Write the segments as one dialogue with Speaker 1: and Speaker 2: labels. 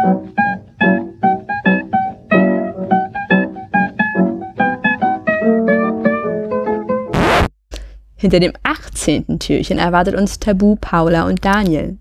Speaker 1: Hinter dem 18. Türchen erwartet uns Tabu, Paula und Daniel.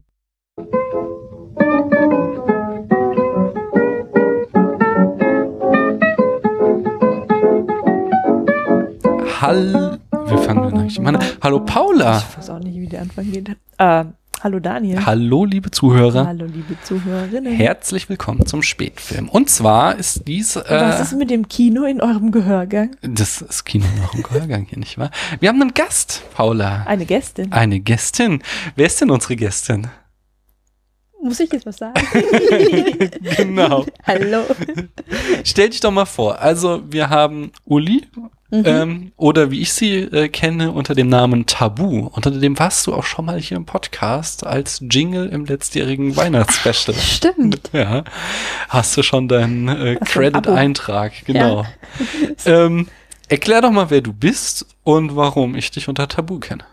Speaker 2: Wir fangen dann eigentlich mal an. Hallo Paula.
Speaker 3: Ich weiß auch nicht, wie der Anfang geht. Hallo Daniel.
Speaker 2: Hallo liebe Zuhörer.
Speaker 3: Hallo liebe Zuhörerinnen.
Speaker 2: Herzlich willkommen zum Spätfilm. Und zwar ist dies...
Speaker 3: Was ist mit dem Kino in eurem Gehörgang?
Speaker 2: Das ist Kino in eurem Gehörgang hier, nicht wahr? Wir haben einen Gast, Paula.
Speaker 3: Eine Gästin.
Speaker 2: Eine Gästin. Wer ist denn unsere Gästin?
Speaker 1: Muss ich jetzt was sagen?
Speaker 2: Genau.
Speaker 1: Hallo.
Speaker 2: Stell dich doch mal vor. Also wir haben Uli, oder wie ich sie kenne, unter dem Namen Tabu. Unter dem warst du auch schon mal hier im Podcast als Jingle im letztjährigen Weihnachtsspecial.
Speaker 1: Stimmt.
Speaker 2: Ja. Hast du schon deinen Credit-Eintrag, genau.
Speaker 1: Ja.
Speaker 2: Erklär doch mal, wer du bist und warum ich dich unter Tabu kenne.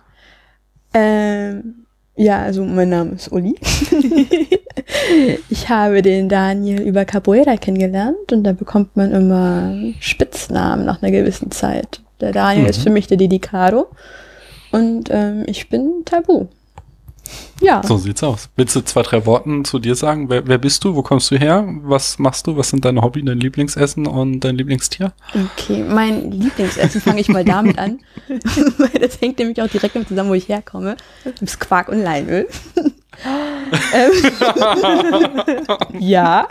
Speaker 1: Ja, also mein Name ist Uli. Ich habe den Daniel über Capoeira kennengelernt und da bekommt man immer Spitznamen nach einer gewissen Zeit. Der Daniel ist für mich der Dedicado und ich bin Tabu. Ja.
Speaker 2: So sieht's aus. Willst du 2, 3 Worten zu dir sagen? Wer bist du? Wo kommst du her? Was machst du? Was sind deine Hobbys, dein Lieblingsessen und dein Lieblingstier?
Speaker 1: Okay, mein Lieblingsessen fange ich mal damit an. Weil das hängt nämlich auch direkt mit zusammen, wo ich herkomme. Das ist Quark und Leinöl. Ja.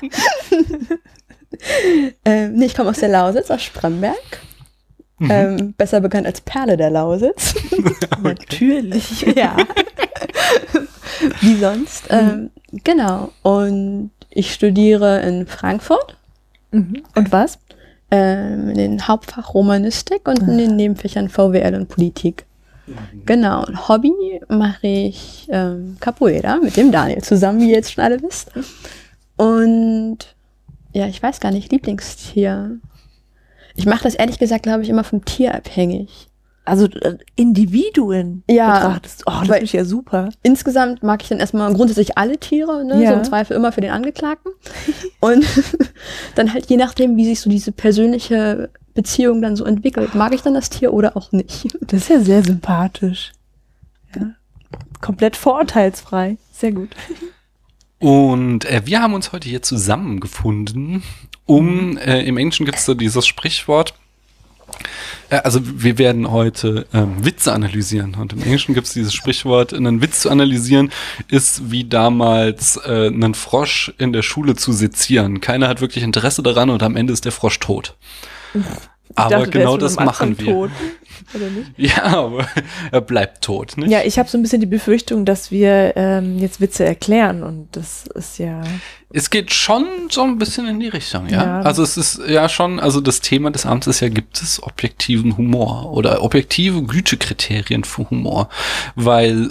Speaker 1: Nee, ich komme aus der Lausitz, aus Spremberg. Besser bekannt als Perle der Lausitz.
Speaker 3: Natürlich.
Speaker 1: Ja. Wie sonst. Genau. Und ich studiere in Frankfurt.
Speaker 3: Und was?
Speaker 1: In den Hauptfach Romanistik und in den Nebenfächern VWL und Politik. Genau. Und Hobby mache ich Capoeira mit dem Daniel zusammen, wie ihr jetzt schon alle wisst. Und ja, ich weiß gar nicht, Lieblingstier. Ich mache das ehrlich gesagt, glaube ich, immer vom Tier abhängig.
Speaker 3: Also Individuen betrachtest. Oh, das finde ich ja super.
Speaker 1: Insgesamt mag ich dann erstmal grundsätzlich alle Tiere, ne?
Speaker 3: Ja.
Speaker 1: So im Zweifel immer für den Angeklagten. Und dann halt je nachdem, wie sich so diese persönliche Beziehung dann so entwickelt, mag ich dann das Tier oder auch nicht.
Speaker 3: Das ist ja sehr sympathisch. Ja. Komplett vorurteilsfrei. Sehr gut.
Speaker 2: Und wir haben uns heute hier zusammengefunden, im Englischen gibt es so dieses Sprichwort, also wir werden heute Witze analysieren und im Englischen gibt es dieses Sprichwort, einen Witz zu analysieren ist wie damals einen Frosch in der Schule zu sezieren. Keiner hat wirklich Interesse daran und am Ende ist der Frosch tot. Aber genau das machen wir. Tot, oder nicht? Ja, aber er bleibt tot, nicht?
Speaker 3: Ja, ich habe so ein bisschen die Befürchtung, dass wir jetzt Witze erklären und das ist ja...
Speaker 2: Es geht schon so ein bisschen in die Richtung, ja. Also es ist ja schon, also das Thema des Abends ist ja, gibt es objektiven Humor oder objektive Gütekriterien für Humor? Weil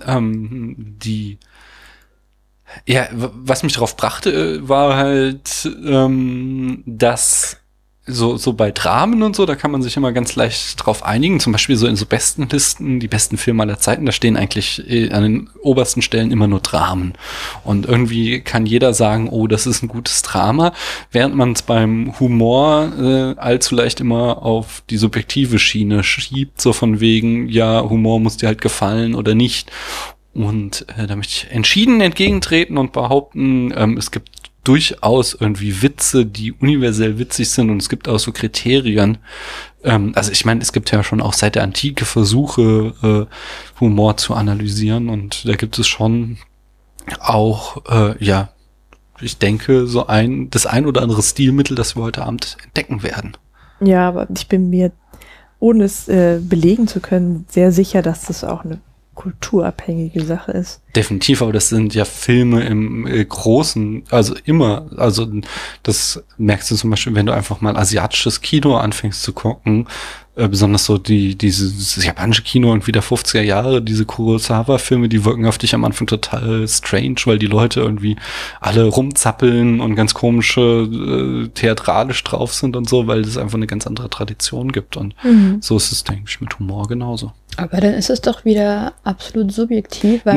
Speaker 2: was mich darauf brachte, war halt, dass so bei Dramen und so, da kann man sich immer ganz leicht drauf einigen. Zum Beispiel so in so besten Listen, die besten Filme aller Zeiten, da stehen eigentlich an den obersten Stellen immer nur Dramen. Und irgendwie kann jeder sagen, oh, das ist ein gutes Drama, während man es beim Humor allzu leicht immer auf die subjektive Schiene schiebt, so von wegen, ja, Humor muss dir halt gefallen oder nicht. Und da möchte ich entschieden entgegentreten und behaupten, es gibt durchaus irgendwie Witze, die universell witzig sind und es gibt auch so Kriterien. Also ich meine, es gibt ja schon auch seit der Antike Versuche, Humor zu analysieren und da gibt es schon auch, ich denke, das ein oder andere Stilmittel, das wir heute Abend entdecken werden.
Speaker 3: Ja, aber ich bin mir, ohne es belegen zu können, sehr sicher, dass das auch eine kulturabhängige Sache ist.
Speaker 2: Definitiv, aber das sind ja Filme im Großen, also immer, also das merkst du zum Beispiel, wenn du einfach mal asiatisches Kino anfängst zu gucken, besonders so dieses japanische Kino und wieder 50er Jahre, diese Kurosawa-Filme, die wirken auf dich am Anfang total strange, weil die Leute irgendwie alle rumzappeln und ganz komische theatralisch drauf sind und so, weil es einfach eine ganz andere Tradition gibt und so ist es, denke ich, mit Humor genauso.
Speaker 1: Aber dann ist es doch wieder absolut subjektiv, weil
Speaker 2: es gibt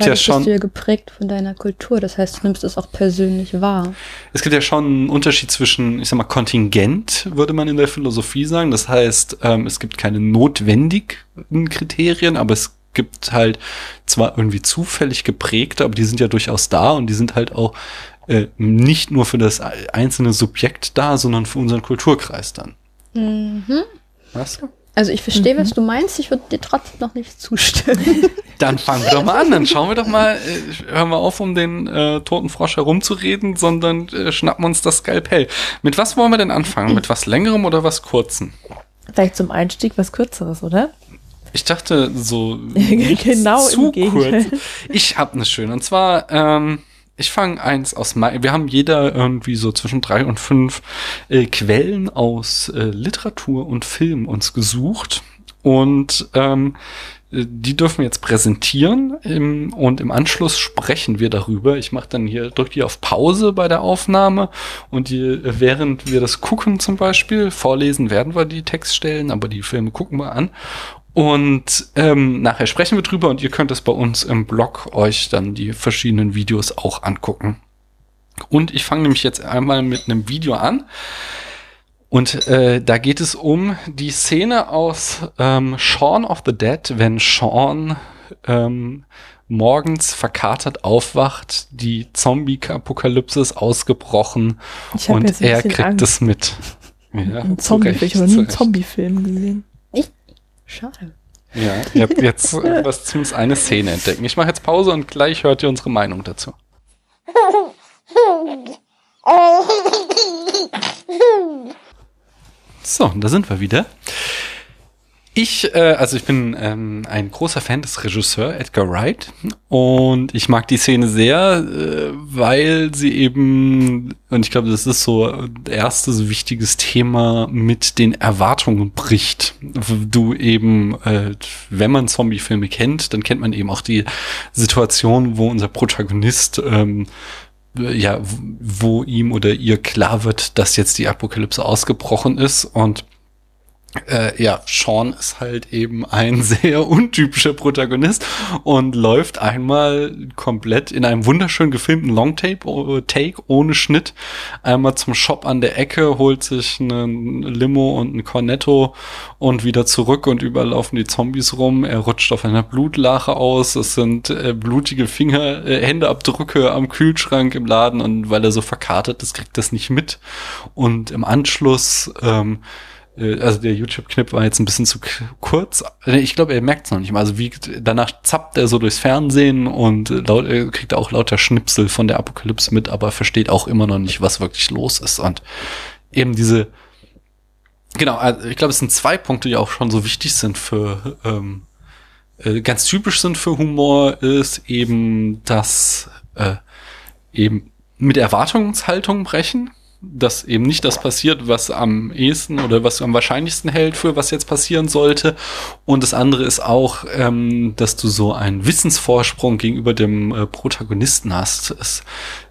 Speaker 1: gleichzeitig bist du ja geprägt von deiner Kultur. Das heißt, du nimmst es auch persönlich wahr.
Speaker 2: Es gibt ja schon einen Unterschied zwischen, ich sag mal, Kontingent, würde man in der Philosophie sagen. Das heißt, es gibt keine notwendigen Kriterien, aber es gibt halt zwar irgendwie zufällig geprägte, aber die sind ja durchaus da und die sind halt auch nicht nur für das einzelne Subjekt da, sondern für unseren Kulturkreis dann.
Speaker 1: Mhm.
Speaker 2: Weißt du?
Speaker 1: Also ich verstehe, was du meinst, ich würde dir trotzdem noch nicht zustimmen.
Speaker 2: Dann fangen wir doch mal an, dann schauen wir doch mal, hören wir auf, um den toten Frosch herumzureden, sondern schnappen uns das Skalpell. Mit was wollen wir denn anfangen? Mit was Längerem oder was Kurzem?
Speaker 3: Vielleicht zum Einstieg was Kürzeres, oder?
Speaker 2: Ich dachte so
Speaker 3: genau
Speaker 2: zu
Speaker 3: im Gegenteil.
Speaker 2: kurz. Ich habe eine schöne, und zwar ich fange eins aus wir haben jeder irgendwie so zwischen 3 und 5 Quellen aus Literatur und Film uns gesucht und die dürfen wir jetzt präsentieren und im Anschluss sprechen wir darüber. Ich mache dann hier, drücke hier auf Pause bei der Aufnahme und während wir das gucken zum Beispiel, vorlesen werden wir die Textstellen, aber die Filme gucken wir an. Und nachher sprechen wir drüber und ihr könnt es bei uns im Blog euch dann die verschiedenen Videos auch angucken. Und ich fange nämlich jetzt einmal mit einem Video an. Und da geht es um die Szene aus Shaun of the Dead, wenn Shaun morgens verkatert aufwacht, die Zombie-Apokalypse ist ausgebrochen und er kriegt es mit. Ja,
Speaker 3: ich habe nur einen Zombie-Film gesehen.
Speaker 1: Schade.
Speaker 2: Ja, ihr habt jetzt was zumindest eine Szene entdecken. Ich mache jetzt Pause und gleich hört ihr unsere Meinung dazu. So, da sind wir wieder. Ich bin ein großer Fan des Regisseurs Edgar Wright und ich mag die Szene sehr, weil sie eben, und ich glaube, das ist so erstes so wichtiges Thema, mit den Erwartungen bricht. Du eben, wenn man Zombie-Filme kennt, dann kennt man eben auch die Situation, wo unser Protagonist wo ihm oder ihr klar wird, dass jetzt die Apokalypse ausgebrochen ist und Shaun ist halt eben ein sehr untypischer Protagonist und läuft einmal komplett in einem wunderschön gefilmten Long-Take ohne Schnitt einmal zum Shop an der Ecke, holt sich einen Limo und ein Cornetto und wieder zurück und überall laufen die Zombies rum. Er rutscht auf einer Blutlache aus. Es sind blutige Händeabdrücke am Kühlschrank im Laden und weil er so verkatert ist, kriegt das nicht mit. Und im Anschluss also der YouTube-Clip war jetzt ein bisschen zu kurz. Ich glaube, er merkt es noch nicht mal. Also danach zappt er so durchs Fernsehen und kriegt auch lauter Schnipsel von der Apokalypse mit, aber versteht auch immer noch nicht, was wirklich los ist. Und eben genau, also ich glaube, es sind 2 Punkte, die auch schon so wichtig sind für, ganz typisch sind für Humor, ist eben, dass eben mit Erwartungshaltung brechen. Dass eben nicht das passiert, was am ehesten oder was du am wahrscheinlichsten hält für was jetzt passieren sollte. Und das andere ist auch, dass du so einen Wissensvorsprung gegenüber dem Protagonisten hast. Ist,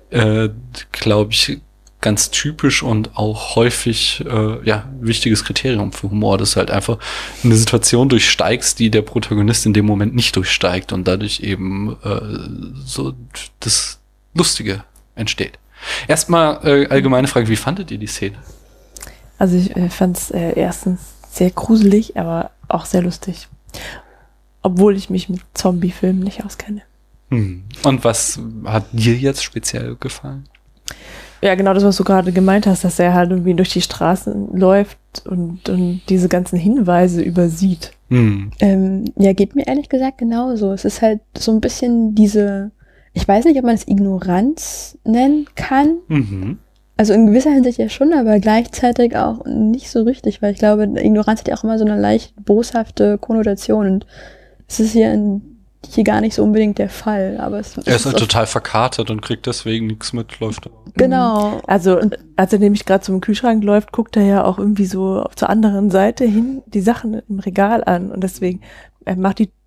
Speaker 2: glaube ich, ganz typisch und auch häufig wichtiges Kriterium für Humor, dass du halt einfach eine Situation durchsteigst, die der Protagonist in dem Moment nicht durchsteigt und dadurch eben so das Lustige entsteht. Erstmal allgemeine Frage, wie fandet ihr die Szene?
Speaker 3: Also ich fand es erstens sehr gruselig, aber auch sehr lustig. Obwohl ich mich mit Zombie-Filmen nicht auskenne.
Speaker 2: Und was hat dir jetzt speziell gefallen?
Speaker 3: Ja, genau das, was du gerade gemeint hast, dass er halt irgendwie durch die Straßen läuft und diese ganzen Hinweise übersieht.
Speaker 1: Geht mir ehrlich gesagt genauso. Es ist halt so ein bisschen ich weiß nicht, ob man es Ignoranz nennen kann. Also in gewisser Hinsicht ja schon, aber gleichzeitig auch nicht so richtig, weil ich glaube, Ignoranz hat ja auch immer so eine leicht boshafte Konnotation und es ist hier gar nicht so unbedingt der Fall. Aber er
Speaker 2: ist halt total verkatert und kriegt deswegen nichts mit, läuft.
Speaker 1: Genau.
Speaker 3: Also als er nämlich gerade zum Kühlschrank läuft, guckt er ja auch irgendwie so zur anderen Seite hin die Sachen im Regal an und deswegen er macht die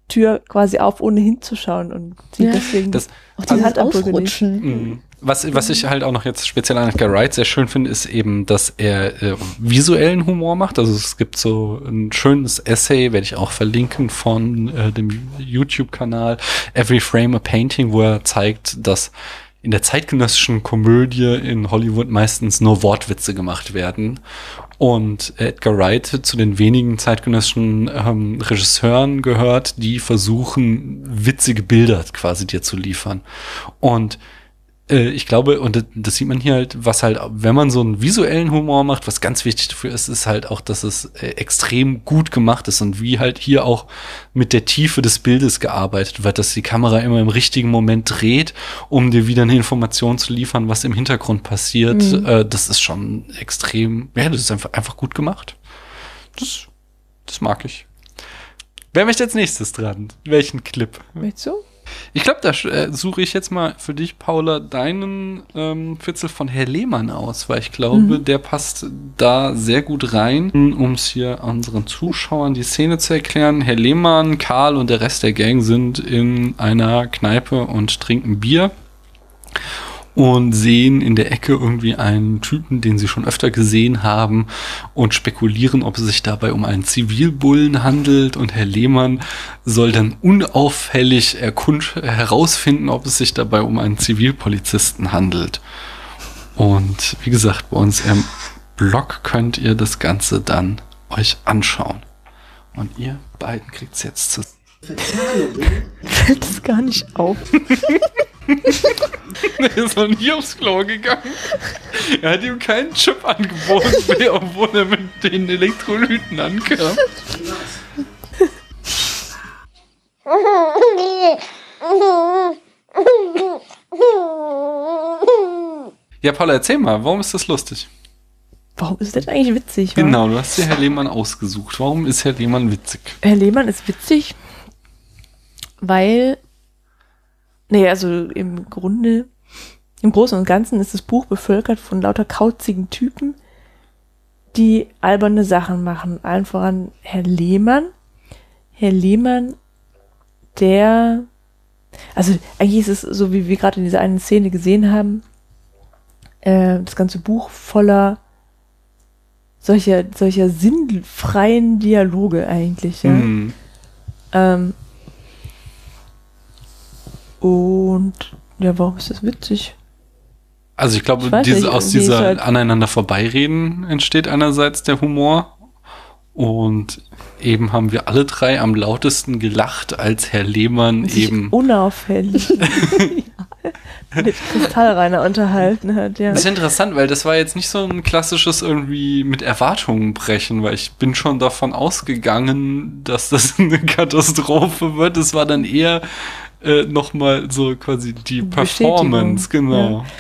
Speaker 3: Tür quasi auf, ohne hinzuschauen und sieht deswegen
Speaker 1: auch die Hand ausrutschen.
Speaker 2: Mhm. Was ich halt auch noch jetzt speziell an Edgar Wright sehr schön finde, ist eben, dass er visuellen Humor macht. Also es gibt so ein schönes Essay, werde ich auch verlinken, von dem YouTube-Kanal Every Frame a Painting, wo er zeigt, dass in der zeitgenössischen Komödie in Hollywood meistens nur Wortwitze gemacht werden. Und Edgar Wright zu den wenigen zeitgenössischen Regisseuren gehört, die versuchen, witzige Bilder quasi dir zu liefern. Und ich glaube, und das sieht man hier halt, was halt, wenn man so einen visuellen Humor macht, was ganz wichtig dafür ist, ist halt auch, dass es extrem gut gemacht ist und wie halt hier auch mit der Tiefe des Bildes gearbeitet wird, dass die Kamera immer im richtigen Moment dreht, um dir wieder eine Information zu liefern, was im Hintergrund passiert. Das ist schon extrem, ja, das ist einfach gut gemacht. Das mag ich. Wer möchte als nächstes dran? Welchen Clip?
Speaker 3: Möchtest du?
Speaker 2: Ich glaube, da suche ich jetzt mal für dich, Paula, deinen Fitzel von Herr Lehmann aus, weil ich glaube, der passt da sehr gut rein, um es hier unseren Zuschauern die Szene zu erklären. Herr Lehmann, Karl und der Rest der Gang sind in einer Kneipe und trinken Bier und sehen in der Ecke irgendwie einen Typen, den sie schon öfter gesehen haben und spekulieren, ob es sich dabei um einen Zivilbullen handelt, und Herr Lehmann soll dann unauffällig herausfinden, ob es sich dabei um einen Zivilpolizisten handelt. Und wie gesagt, bei uns im Blog könnt ihr das Ganze dann euch anschauen. Und ihr beiden kriegt es jetzt zu.
Speaker 3: Fällt es gar nicht auf.
Speaker 2: Er ist noch nie aufs Klo gegangen. Er hat ihm keinen Chip angeboten, obwohl er mit den Elektrolyten ankam. Ja, Paula, erzähl mal, warum ist das lustig?
Speaker 3: Warum ist das eigentlich witzig?
Speaker 2: Genau, du hast dir Herr Lehmann ausgesucht. Warum ist Herr Lehmann witzig?
Speaker 3: Herr Lehmann ist witzig, weil, also im Grunde, im Großen und Ganzen ist das Buch bevölkert von lauter kauzigen Typen, die alberne Sachen machen. Allen voran Herr Lehmann. Herr Lehmann, also eigentlich ist es so, wie wir gerade in dieser einen Szene gesehen haben, das ganze Buch voller solcher sinnfreien Dialoge eigentlich, ja. Und ja, warum ist das witzig?
Speaker 2: Also ich glaube, aus
Speaker 3: halt
Speaker 2: dieser aneinander vorbeireden entsteht einerseits der Humor, und eben haben wir alle drei am lautesten gelacht, als Herr Lehmann
Speaker 3: sich
Speaker 2: eben
Speaker 3: unauffällig mit Kristallreiner unterhalten hat, ja.
Speaker 2: Das ist interessant, weil das war jetzt nicht so ein klassisches irgendwie mit Erwartungen brechen, weil ich bin schon davon ausgegangen, dass das eine Katastrophe wird. Es war dann eher nochmal so quasi die Performance, genau.
Speaker 3: Ja.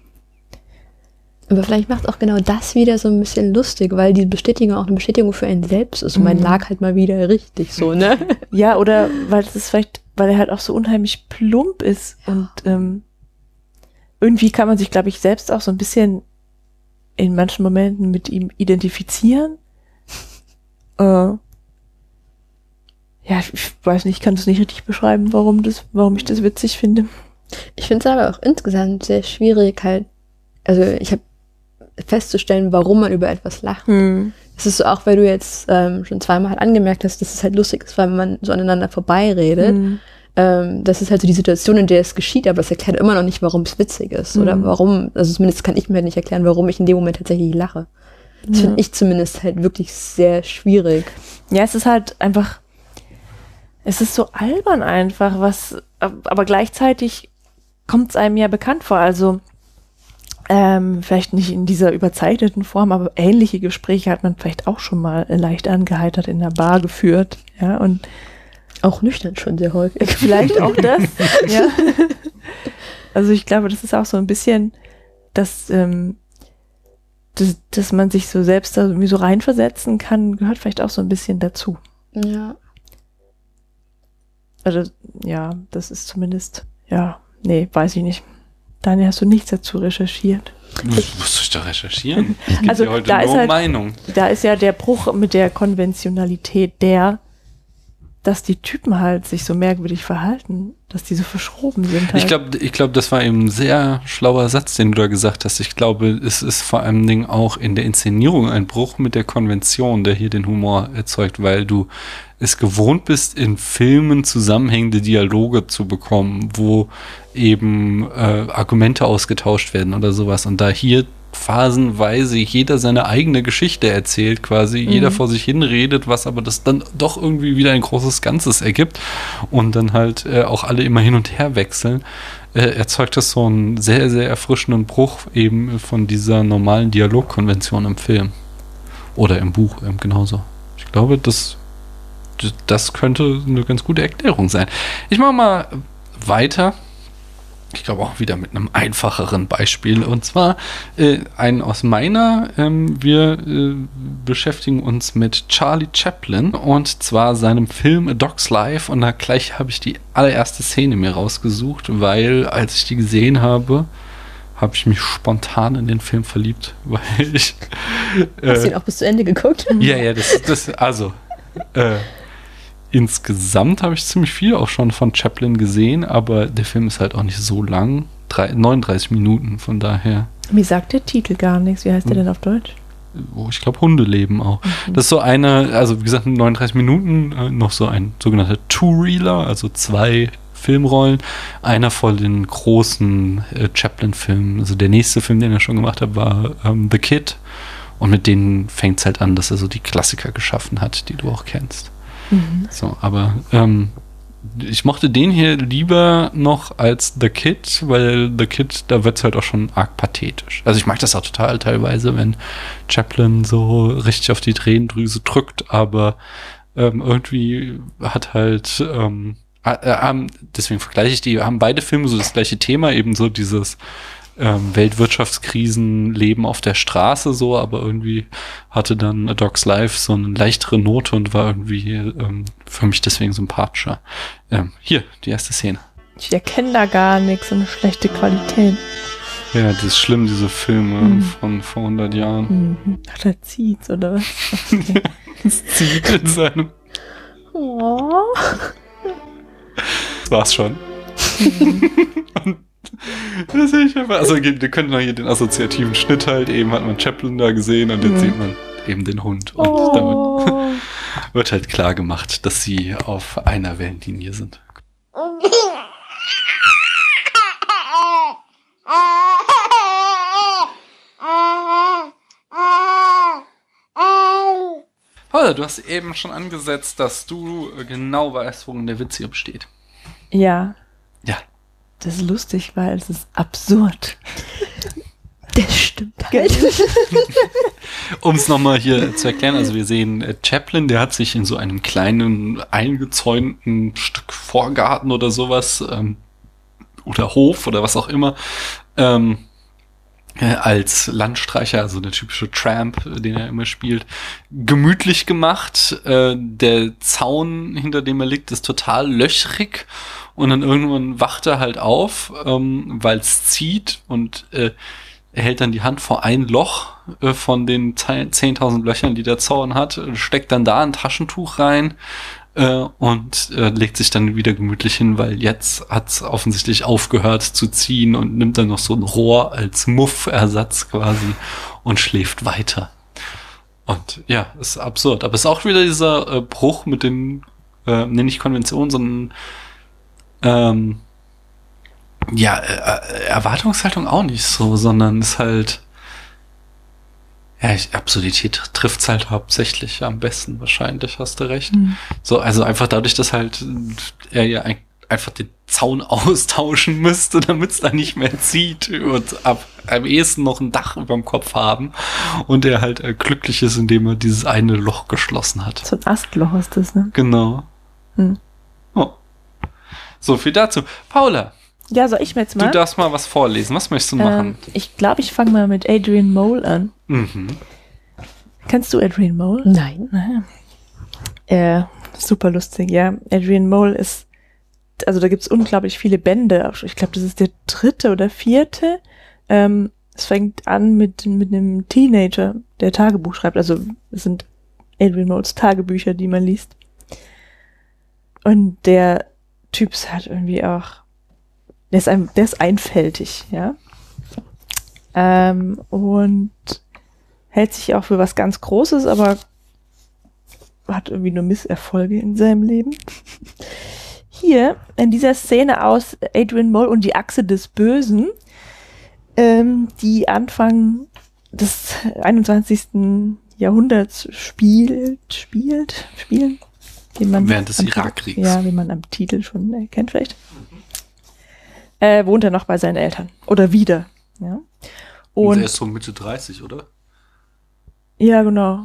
Speaker 1: Aber vielleicht macht auch genau das wieder so ein bisschen lustig, weil die Bestätigung auch eine Bestätigung für einen selbst ist. Und man lag halt mal wieder richtig so, ne?
Speaker 3: Ja, oder weil er halt auch so unheimlich plump ist. Und irgendwie kann man sich, glaube ich, selbst auch so ein bisschen in manchen Momenten mit ihm identifizieren. Ja, ich weiß nicht, ich kann das nicht richtig beschreiben, warum ich das witzig finde.
Speaker 1: Ich finde es aber auch insgesamt sehr schwierig, halt, also ich habe festzustellen, warum man über etwas lacht. Es ist so, auch weil du jetzt schon zweimal halt angemerkt hast, dass es halt lustig ist, weil man so aneinander vorbeiredet. Das ist halt so die Situation, in der es geschieht, aber das erklärt immer noch nicht, warum es witzig ist. Oder warum, also zumindest kann ich mir halt nicht erklären, warum ich in dem Moment tatsächlich lache. Das finde ich zumindest halt wirklich sehr schwierig.
Speaker 3: Ja, es ist halt einfach, es ist so albern einfach, aber gleichzeitig kommt es einem ja bekannt vor. Also vielleicht nicht in dieser überzeichneten Form, aber ähnliche Gespräche hat man vielleicht auch schon mal leicht angeheitert in der Bar geführt. Ja, und
Speaker 1: auch nüchtern schon sehr häufig.
Speaker 3: Vielleicht auch das, ja. Also ich glaube, das ist auch so ein bisschen, dass man sich so selbst da irgendwie so reinversetzen kann, gehört vielleicht auch so ein bisschen dazu.
Speaker 1: Ja.
Speaker 3: Also, ja, das ist zumindest, weiß ich nicht. Daniel, hast du nichts dazu recherchiert?
Speaker 2: Musst du da recherchieren? Es gibt
Speaker 3: Also,
Speaker 2: ja heute
Speaker 3: da
Speaker 2: nur
Speaker 3: ist halt,
Speaker 2: Meinung.
Speaker 3: Da ist ja der Bruch mit der Konventionalität dass die Typen halt sich so merkwürdig verhalten, dass die so verschroben sind halt.
Speaker 2: Ich glaube, das war eben ein sehr schlauer Satz, den du da gesagt hast. Ich glaube, es ist vor allen Dingen auch in der Inszenierung ein Bruch mit der Konvention, der hier den Humor erzeugt, weil du es gewohnt bist, in Filmen zusammenhängende Dialoge zu bekommen, wo eben Argumente ausgetauscht werden oder sowas. Und da hier phasenweise jeder seine eigene Geschichte erzählt, quasi jeder vor sich hin redet, was aber das dann doch irgendwie wieder ein großes Ganzes ergibt und dann halt auch alle immer hin und her wechseln, erzeugt das so einen sehr, sehr erfrischenden Bruch eben von dieser normalen Dialogkonvention im Film oder im Buch eben genauso. Ich glaube, das könnte eine ganz gute Erklärung sein. Ich mache mal weiter. Ich glaube auch wieder mit einem einfacheren Beispiel. Und zwar einen aus meiner. Wir beschäftigen uns mit Charlie Chaplin und zwar seinem Film A Dog's Life. Und da gleich habe ich die allererste Szene mir rausgesucht, weil als ich die gesehen habe, habe ich mich spontan in den Film verliebt. Weil ich...
Speaker 1: Hast du ihn auch bis zu Ende geguckt?
Speaker 2: Ja, also... Insgesamt habe ich ziemlich viel auch schon von Chaplin gesehen, aber der Film ist halt auch nicht so lang. 39 Minuten, von daher.
Speaker 3: Mir sagt der Titel gar nichts. Wie heißt der denn auf Deutsch?
Speaker 2: Ich glaube, Hundeleben auch. Das ist so also wie gesagt, 39 Minuten, noch so ein sogenannter Two-Reeler, also 2 Filmrollen. Einer von den großen Chaplin-Filmen. Also der nächste Film, den er schon gemacht hat, war The Kid. Und mit denen fängt es halt an, dass er so die Klassiker geschaffen hat, die du auch kennst. So, aber ich mochte den hier lieber noch als The Kid, weil The Kid, da wird es halt auch schon arg pathetisch. Also ich mag das auch total teilweise, wenn Chaplin so richtig auf die Tränendrüse drückt, aber irgendwie hat halt deswegen vergleiche ich die, haben beide Filme so das gleiche Thema, eben so dieses Weltwirtschaftskrisen, Leben auf der Straße so, aber irgendwie hatte dann A Dog's Life so eine leichtere Note und war irgendwie für mich deswegen sympathischer. Hier, die erste Szene.
Speaker 3: Ich erkenne da gar nichts, so eine schlechte Qualität.
Speaker 2: Ja, das ist schlimm, diese Filme von vor 100 Jahren.
Speaker 3: Ach, da zieht's, oder was?
Speaker 2: Es zieht in seinem...
Speaker 1: Oh.
Speaker 2: Das war's schon. Das sehe ich einfach. Also, wir können noch hier den assoziativen Schnitt halt. Eben hat man Chaplin da gesehen und jetzt sieht man eben den Hund. Und damit wird halt klar gemacht, dass sie auf einer Wellenlinie sind. Paula, du hast eben schon angesetzt, dass du genau weißt, worin der Witz hier besteht.
Speaker 3: Ja.
Speaker 2: Ja.
Speaker 3: Das ist lustig, weil es ist absurd.
Speaker 1: Das stimmt halt.
Speaker 2: Um es nochmal hier zu erklären, also wir sehen Chaplin, der hat sich in so einem kleinen, eingezäunten Stück Vorgarten oder sowas, oder Hof oder was auch immer, als Landstreicher, also der typische Tramp, den er immer spielt, gemütlich gemacht. Der Zaun, hinter dem er liegt, ist total löchrig. Und dann irgendwann wacht er halt auf, weil es zieht und er hält dann die Hand vor ein Loch von den 10.000 Löchern, die der Zaun hat, steckt dann da ein Taschentuch rein und legt sich dann wieder gemütlich hin, weil jetzt hat es offensichtlich aufgehört zu ziehen und nimmt dann noch so ein Rohr als Muffersatz quasi und schläft weiter. Und ja, ist absurd. Aber es ist auch wieder dieser Bruch mit den, nicht Konventionen, sondern Erwartungshaltung auch nicht so, sondern ist halt, Absurdität trifft's halt hauptsächlich am besten, wahrscheinlich, hast du recht. So, also einfach dadurch, dass halt er ja einfach den Zaun austauschen müsste, damit es da nicht mehr zieht und am ehesten noch ein Dach über dem Kopf haben und er halt glücklich ist, indem er dieses eine Loch geschlossen hat.
Speaker 3: So ein Astloch ist das, ne?
Speaker 2: Genau. Oh. So viel dazu. Paula.
Speaker 3: Ja, soll ich mir jetzt mal?
Speaker 2: Du darfst mal was vorlesen. Was möchtest du machen?
Speaker 3: Ich glaube, ich fange mal mit Adrian Mole an. Kennst du Adrian Mole?
Speaker 1: Nein.
Speaker 3: Super lustig, ja. Adrian Mole ist, also da gibt es unglaublich viele Bände. Ich glaube, das ist der 3. oder 4. Es fängt an mit einem Teenager, der Tagebuch schreibt. Also es sind Adrian Moles Tagebücher, die man liest. Und der Typ ist halt irgendwie auch, der ist einfältig, ja. Und hält sich auch für was ganz Großes, aber hat irgendwie nur Misserfolge in seinem Leben. Hier, in dieser Szene aus Adrian Mole und die Achse des Bösen, die Anfang des 21. Jahrhunderts spielen, wie man
Speaker 2: während des Irakkriegs.
Speaker 3: Ja, wie man am Titel schon erkennt vielleicht. Wohnt er noch bei seinen Eltern. Oder wieder. Ja.
Speaker 2: Und er ist so Mitte 30, oder?
Speaker 3: Ja, genau.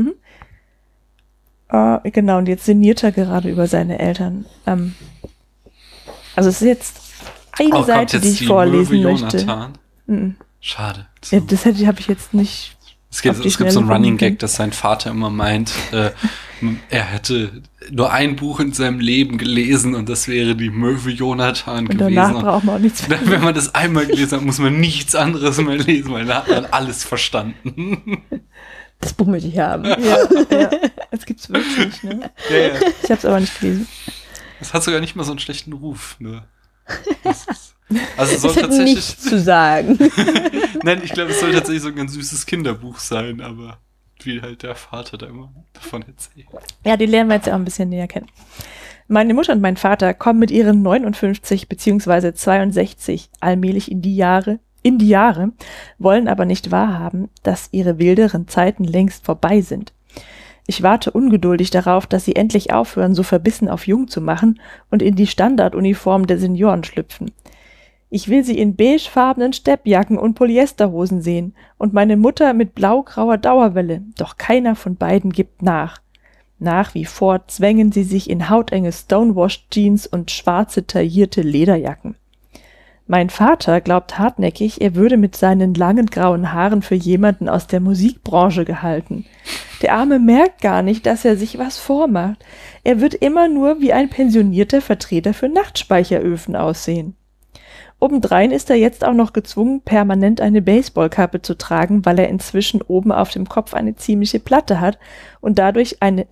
Speaker 3: Genau, und jetzt sinniert er gerade über seine Eltern. Also es ist jetzt eine Seite, die ich vorlesen möchte.
Speaker 2: Schade.
Speaker 3: Ja, das habe ich jetzt nicht.
Speaker 2: Es gibt so einen Running Gag, dass sein Vater immer meint, er hätte nur ein Buch in seinem Leben gelesen und das wäre die Möwe Jonathan gewesen.
Speaker 3: Und danach braucht man auch nichts mehr.
Speaker 2: Wenn man das einmal gelesen hat, muss man nichts anderes mehr lesen, weil da hat man alles verstanden.
Speaker 1: Das Buch möchte ich haben.
Speaker 3: Ja. Das gibt's wirklich, ne?
Speaker 2: Ja.
Speaker 3: Ich habe es aber nicht gelesen.
Speaker 2: Das hat sogar nicht mal so einen schlechten Ruf, ne? Also es soll
Speaker 1: es hat
Speaker 2: tatsächlich
Speaker 1: nichts zu sagen.
Speaker 2: Nein, ich glaube, es soll tatsächlich so ein ganz süßes Kinderbuch sein, aber wie halt der Vater da immer davon erzählt.
Speaker 3: Ja, die lernen wir jetzt ja auch ein bisschen näher kennen. Meine Mutter und mein Vater kommen mit ihren 59 bzw. 62 allmählich in die Jahre, wollen aber nicht wahrhaben, dass ihre wilderen Zeiten längst vorbei sind. Ich warte ungeduldig darauf, dass sie endlich aufhören, so verbissen auf jung zu machen und in die Standarduniform der Senioren schlüpfen. Ich will sie in beigefarbenen Steppjacken und Polyesterhosen sehen und meine Mutter mit blau-grauer Dauerwelle, doch keiner von beiden gibt nach. Nach wie vor zwängen sie sich in hautenge Stonewashed-Jeans und schwarze taillierte Lederjacken. Mein Vater glaubt hartnäckig, er würde mit seinen langen grauen Haaren für jemanden aus der Musikbranche gehalten. Der Arme merkt gar nicht, dass er sich was vormacht. Er wird immer nur wie ein pensionierter Vertreter für Nachtspeicheröfen aussehen. Obendrein ist er jetzt auch noch gezwungen, permanent eine Baseballkappe zu tragen, weil er inzwischen oben auf dem Kopf eine ziemliche Platte hat und dadurch eine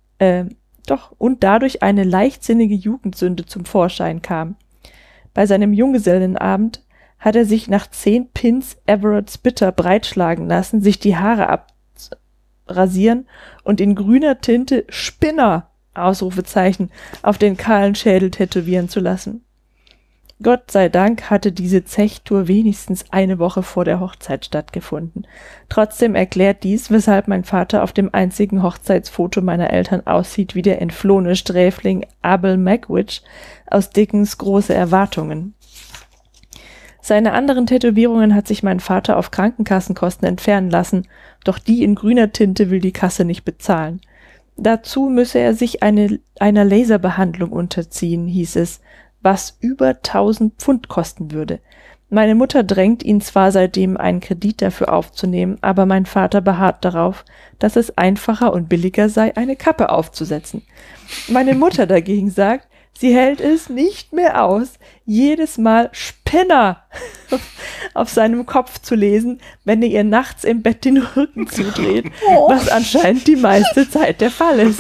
Speaker 3: leichtsinnige Jugendsünde zum Vorschein kam. Bei seinem Junggesellenabend hat er sich nach 10 Pins Everett Spitter breitschlagen lassen, sich die Haare abrasieren und in grüner Tinte Spinner Ausrufezeichen auf den kahlen Schädel tätowieren zu lassen. Gott sei Dank hatte diese Zechtour wenigstens eine Woche vor der Hochzeit stattgefunden. Trotzdem erklärt dies, weshalb mein Vater auf dem einzigen Hochzeitsfoto meiner Eltern aussieht wie der entflohene Sträfling Abel Magwitch aus Dickens Große Erwartungen. Seine anderen Tätowierungen hat sich mein Vater auf Krankenkassenkosten entfernen lassen, doch die in grüner Tinte will die Kasse nicht bezahlen. Dazu müsse er sich einer Laserbehandlung unterziehen, hieß es, was über 1000 Pfund kosten würde. Meine Mutter drängt ihn zwar seitdem, einen Kredit dafür aufzunehmen, aber mein Vater beharrt darauf, dass es einfacher und billiger sei, eine Kappe aufzusetzen. Meine Mutter dagegen sagt, sie hält es nicht mehr aus, jedes Mal Spinner auf seinem Kopf zu lesen, wenn er ihr nachts im Bett den Rücken zudreht, was anscheinend die meiste Zeit der Fall ist.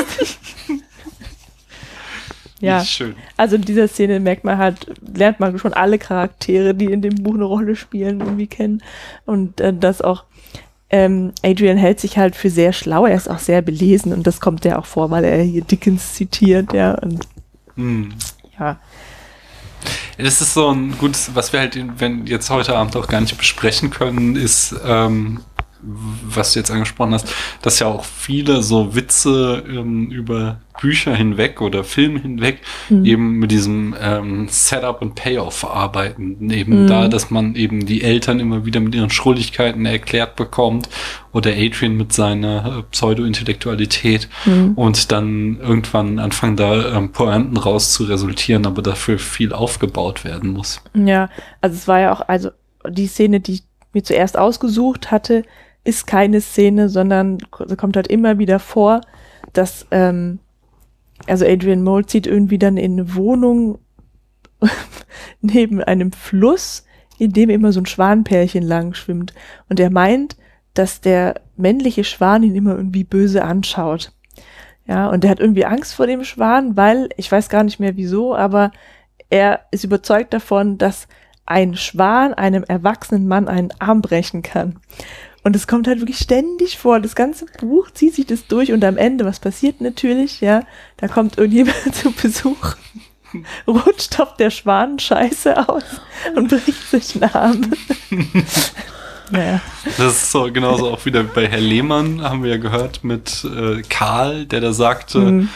Speaker 3: Ja,
Speaker 2: schön.
Speaker 3: Also in dieser Szene lernt man schon alle Charaktere, die in dem Buch eine Rolle spielen, irgendwie kennen. Und das auch, Adrian hält sich halt für sehr schlau, er ist auch sehr belesen und das kommt ja auch vor, weil er hier Dickens zitiert, ja. Und ja.
Speaker 2: Das ist so ein gutes, was wir halt jetzt heute Abend auch gar nicht besprechen können, ist, was du jetzt angesprochen hast, dass ja auch viele so Witze über Bücher hinweg oder Film hinweg eben mit diesem Setup und Payoff arbeiten. Eben da, dass man eben die Eltern immer wieder mit ihren Schrulligkeiten erklärt bekommt oder Adrian mit seiner Pseudo-Intellektualität und dann irgendwann anfangen da Pointen raus zu resultieren, aber dafür viel aufgebaut werden muss.
Speaker 3: Ja, also es war ja auch, also die Szene, die ich mir zuerst ausgesucht hatte, ist keine Szene, sondern kommt halt immer wieder vor, dass also Adrian Mole zieht irgendwie dann in eine Wohnung neben einem Fluss, in dem immer so ein Schwanpärchen lang schwimmt. Und er meint, dass der männliche Schwan ihn immer irgendwie böse anschaut. Ja, und der hat irgendwie Angst vor dem Schwan, weil, ich weiß gar nicht mehr wieso, aber er ist überzeugt davon, dass ein Schwan einem erwachsenen Mann einen Arm brechen kann. Und es kommt halt wirklich ständig vor. Das ganze Buch zieht sich das durch und am Ende, was passiert natürlich, ja, da kommt irgendjemand zu Besuch, rutscht auf der Schwan Scheiße aus und bricht sich einen Arm. Naja.
Speaker 2: Das ist so genauso auch wieder bei Herr Lehmann, haben wir ja gehört, mit Karl, der da sagte,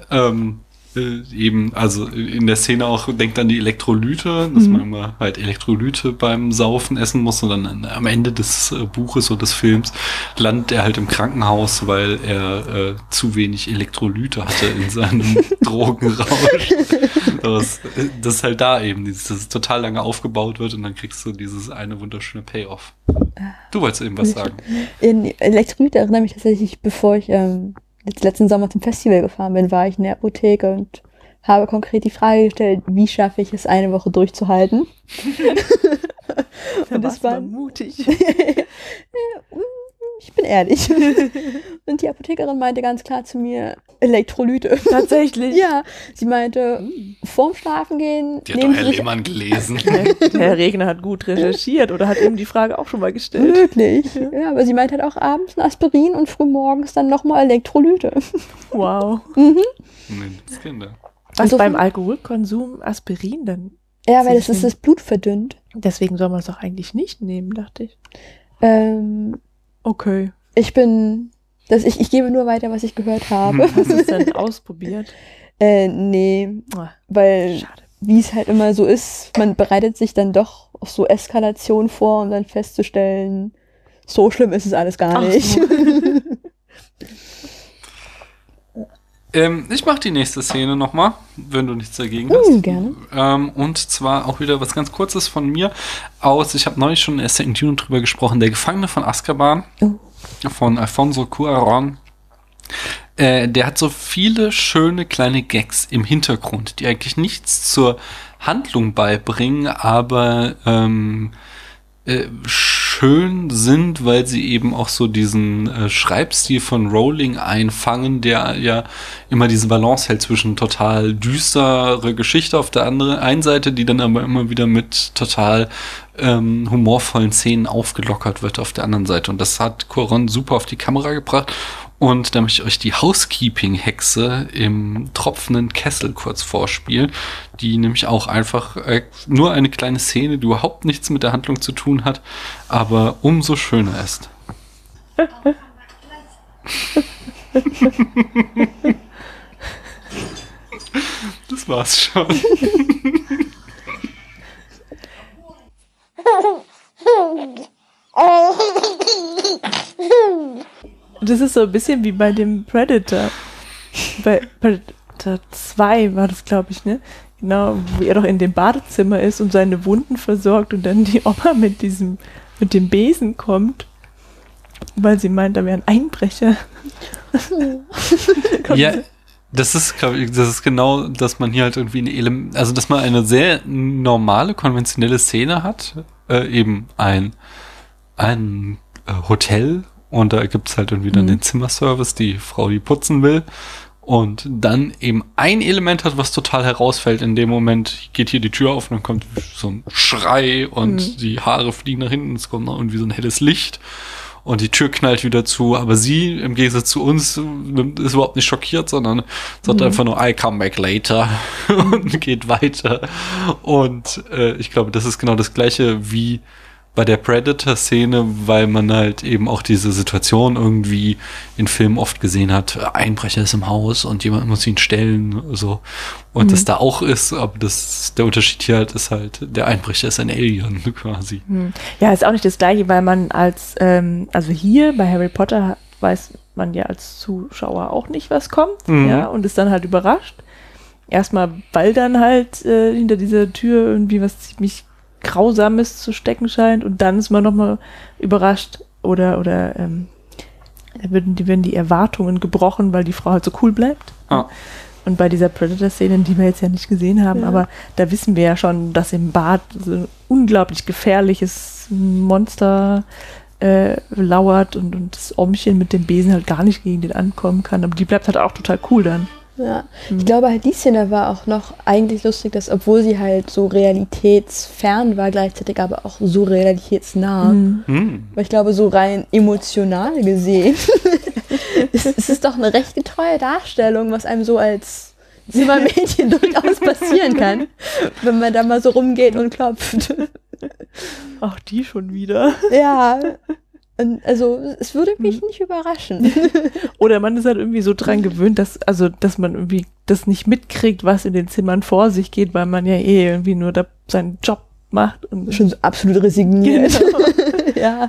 Speaker 2: eben, also in der Szene auch, denkt an die Elektrolyte, dass man immer halt Elektrolyte beim Saufen essen muss und dann am Ende des Buches oder des Films landet er halt im Krankenhaus, weil er zu wenig Elektrolyte hatte in seinem Drogenrausch. Das ist halt da eben, dass total lange aufgebaut wird und dann kriegst du dieses eine wunderschöne Payoff. Du wolltest eben was sagen.
Speaker 1: In Elektrolyte erinnere mich tatsächlich, bevor ich letzten Sommer zum Festival gefahren bin, war ich in der Apotheke und habe konkret die Frage gestellt, wie schaffe ich es, eine Woche durchzuhalten?
Speaker 3: Und das war mutig.
Speaker 1: Ich bin ehrlich. Und die Apothekerin meinte ganz klar zu mir, Elektrolyte.
Speaker 3: Tatsächlich?
Speaker 1: Ja. Sie meinte, vorm Schlafen gehen.
Speaker 2: Die hat doch Herr Lehmann gelesen.
Speaker 3: Der Herr Regner hat gut recherchiert oder hat eben die Frage auch schon mal gestellt.
Speaker 1: Wirklich. Ja, aber sie meinte halt auch abends ein Aspirin und frühmorgens dann nochmal Elektrolyte.
Speaker 3: Wow.
Speaker 2: Nee, das Kinder.
Speaker 3: Was
Speaker 1: Also
Speaker 3: beim Alkoholkonsum Aspirin dann?
Speaker 1: Ja, weil das Blut verdünnt.
Speaker 3: Deswegen soll man es doch eigentlich nicht nehmen, dachte ich. Okay.
Speaker 1: Ich gebe nur weiter, was ich gehört habe.
Speaker 3: Hast du es denn ausprobiert?
Speaker 1: Nee, weil
Speaker 3: Schade.
Speaker 1: wie es halt immer so ist, man bereitet sich dann doch auf so Eskalation vor, um dann festzustellen, so schlimm ist es alles gar nicht.
Speaker 3: So.
Speaker 2: Ich mache die nächste Szene nochmal, wenn du nichts dagegen hast.
Speaker 1: Gerne.
Speaker 2: Und zwar auch wieder was ganz Kurzes von mir aus. Ich habe neulich schon in der Second Unit drüber gesprochen. Der Gefangene von Azkaban von Alfonso Cuarón. Der hat so viele schöne kleine Gags im Hintergrund, die eigentlich nichts zur Handlung beibringen, aber schön sind, weil sie eben auch so diesen Schreibstil von Rowling einfangen, der ja immer diese Balance hält zwischen total düstere Geschichte auf der einen Seite, die dann aber immer wieder mit total humorvollen Szenen aufgelockert wird auf der anderen Seite. Und das hat Cuarón super auf die Kamera gebracht. Und da möchte ich euch die Housekeeping-Hexe im tropfenden Kessel kurz vorspielen, die nämlich auch einfach nur eine kleine Szene, die überhaupt nichts mit der Handlung zu tun hat, aber umso schöner ist. Das war's schon.
Speaker 3: Das ist so ein bisschen wie bei dem Predator. Bei Predator 2 war das, glaube ich, ne? Genau, wo er doch in dem Badezimmer ist und seine Wunden versorgt und dann die Oma mit dem Besen kommt, weil sie meint, da wäre ein Einbrecher.
Speaker 2: Ja, das ist genau, dass man hier halt irgendwie dass man eine sehr normale, konventionelle Szene hat, eben ein Hotel, und da gibt's halt irgendwie dann den Zimmerservice, die Frau, die putzen will, und dann eben ein Element hat, was total herausfällt. In dem Moment geht hier die Tür auf und dann kommt so ein Schrei und die Haare fliegen nach hinten, es kommt noch irgendwie so ein helles Licht und die Tür knallt wieder zu, aber sie, im Gegensatz zu uns, ist überhaupt nicht schockiert, sondern sagt einfach nur, I come back later und geht weiter. Und ich glaube, das ist genau das Gleiche wie bei der Predator-Szene, weil man halt eben auch diese Situation irgendwie in Filmen oft gesehen hat, Einbrecher ist im Haus und jemand muss ihn stellen, so. Und das da auch ist, aber der Unterschied hier halt ist halt, der Einbrecher ist ein Alien quasi.
Speaker 3: Ja, ist auch nicht das Gleiche, weil man also hier bei Harry Potter weiß man ja als Zuschauer auch nicht, was kommt, ja, und ist dann halt überrascht. Erstmal, weil dann halt hinter dieser Tür irgendwie was ziemlich Grausames zu stecken scheint, und dann ist man nochmal überrascht oder werden die Erwartungen gebrochen, weil die Frau halt so cool bleibt.
Speaker 2: Ah.
Speaker 3: Und bei dieser Predator-Szene, die wir jetzt ja nicht gesehen haben, aber da wissen wir ja schon, dass im Bad so ein unglaublich gefährliches Monster lauert und das Omchen mit dem Besen halt gar nicht gegen den ankommen kann. Aber die bleibt halt auch total cool dann.
Speaker 1: Ja, ich glaube halt, die Szene war auch noch eigentlich lustig, dass obwohl sie halt so realitätsfern war, gleichzeitig aber auch so realitätsnah. Weil ich glaube, so rein emotional gesehen, es ist doch eine recht getreue Darstellung, was einem so als Zimmermädchen durchaus passieren kann, wenn man da mal so rumgeht und klopft.
Speaker 3: Auch die schon wieder.
Speaker 1: Ja, also es würde mich nicht überraschen.
Speaker 3: Oder man ist halt irgendwie so dran gewöhnt, dass man irgendwie das nicht mitkriegt, was in den Zimmern vor sich geht, weil man ja irgendwie nur da seinen Job macht. Und
Speaker 1: schon so absolut resigniert. Genau. Ja.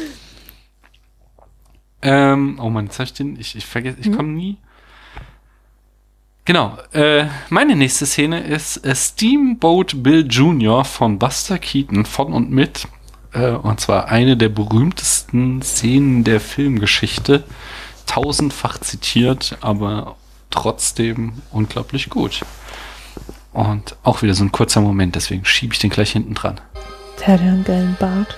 Speaker 2: Oh Mann, jetzt hab ich vergesse, ich komme nie. Genau, meine nächste Szene ist Steamboat Bill Jr. von Buster Keaton von und mit. Und zwar eine der berühmtesten Szenen der Filmgeschichte. 1000-fach zitiert, aber trotzdem unglaublich gut. Und auch wieder so ein kurzer Moment, deswegen schiebe ich den gleich hinten dran.
Speaker 3: Der hat ja einen geilen Bart.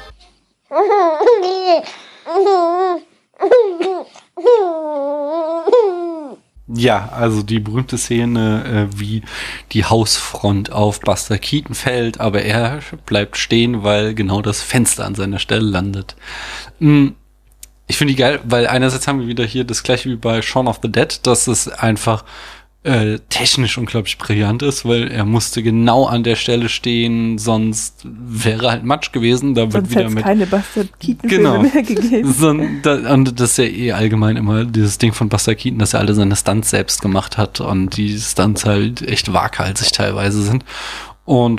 Speaker 2: Ja, also die berühmte Szene, wie die Hausfront auf Buster Keaton fällt, aber er bleibt stehen, weil genau das Fenster an seiner Stelle landet. Ich finde die geil, weil einerseits haben wir wieder hier das gleiche wie bei Shaun of the Dead, dass es einfach technisch unglaublich brillant ist, weil er musste genau an der Stelle stehen, sonst wäre halt Matsch gewesen. Da wird wieder mit
Speaker 3: keine Buster Keaton-Filme mehr gegeben.
Speaker 2: Und das ist ja eh allgemein immer dieses Ding von Buster Keaton, dass er alle seine Stunts selbst gemacht hat und die Stunts halt echt waghalsig teilweise sind. Und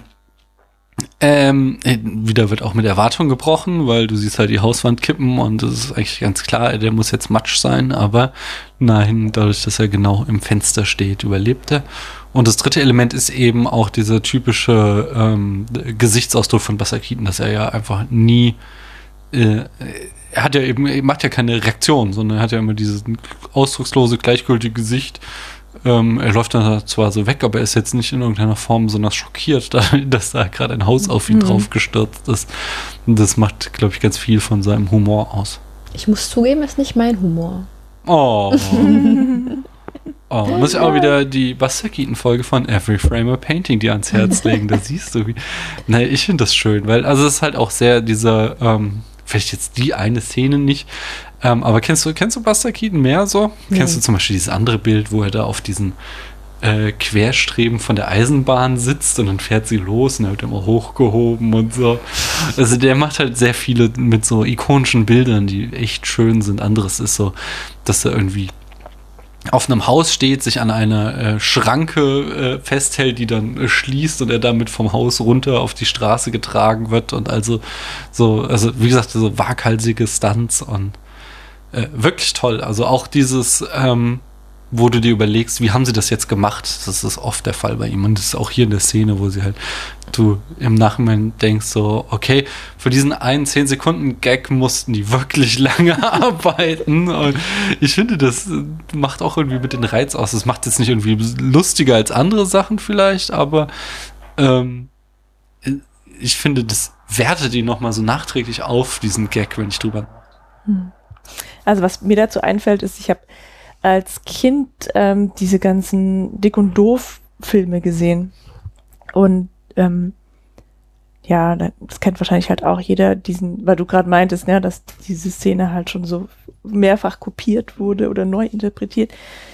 Speaker 2: wieder wird auch mit Erwartung gebrochen, weil du siehst halt die Hauswand kippen und es ist eigentlich ganz klar, der muss jetzt Matsch sein, aber nein, dadurch, dass er genau im Fenster steht, überlebt er. Und das dritte Element ist eben auch dieser typische Gesichtsausdruck von Buster Keaton, dass er ja einfach nie er macht ja keine Reaktion, sondern er hat ja immer dieses ausdruckslose, gleichgültige Gesicht. Er läuft dann zwar so weg, aber er ist jetzt nicht in irgendeiner Form besonders schockiert, dass da gerade ein Haus auf ihn drauf gestürzt ist. Und das macht, glaube ich, ganz viel von seinem Humor aus.
Speaker 1: Ich muss zugeben, ist nicht mein Humor.
Speaker 2: Oh. Muss ich auch wieder die Buster Keaton-Folge von Every Frame a Painting dir ans Herz legen. Da siehst du, ich finde das schön, weil also es ist halt auch sehr dieser, vielleicht jetzt die eine Szene nicht, aber kennst du Buster Keaton mehr so? Nee. Kennst du zum Beispiel dieses andere Bild, wo er da auf diesen Querstreben von der Eisenbahn sitzt und dann fährt sie los und er wird immer hochgehoben und so. Also der macht halt sehr viele mit so ikonischen Bildern, die echt schön sind. Anderes ist so, dass er irgendwie auf einem Haus steht, sich an einer Schranke festhält, die dann schließt und er damit vom Haus runter auf die Straße getragen wird und also wie gesagt, so waghalsige Stunts und wirklich toll. Also auch dieses, wo du dir überlegst, wie haben sie das jetzt gemacht? Das ist oft der Fall bei ihm und das ist auch hier in der Szene, wo sie halt, du im Nachhinein denkst so, okay, für diesen einen 10-Sekunden-Gag mussten die wirklich lange arbeiten und ich finde, das macht auch irgendwie mit den Reiz aus. Das macht jetzt nicht irgendwie lustiger als andere Sachen vielleicht, aber ich finde, das wertet ihn nochmal so nachträglich auf, diesen Gag, wenn ich drüber.
Speaker 3: Also was mir dazu einfällt, ist, ich habe als Kind diese ganzen Dick und Doof-Filme gesehen und das kennt wahrscheinlich halt auch jeder, weil du gerade meintest, ne, dass diese Szene halt schon so mehrfach kopiert wurde oder neu interpretiert.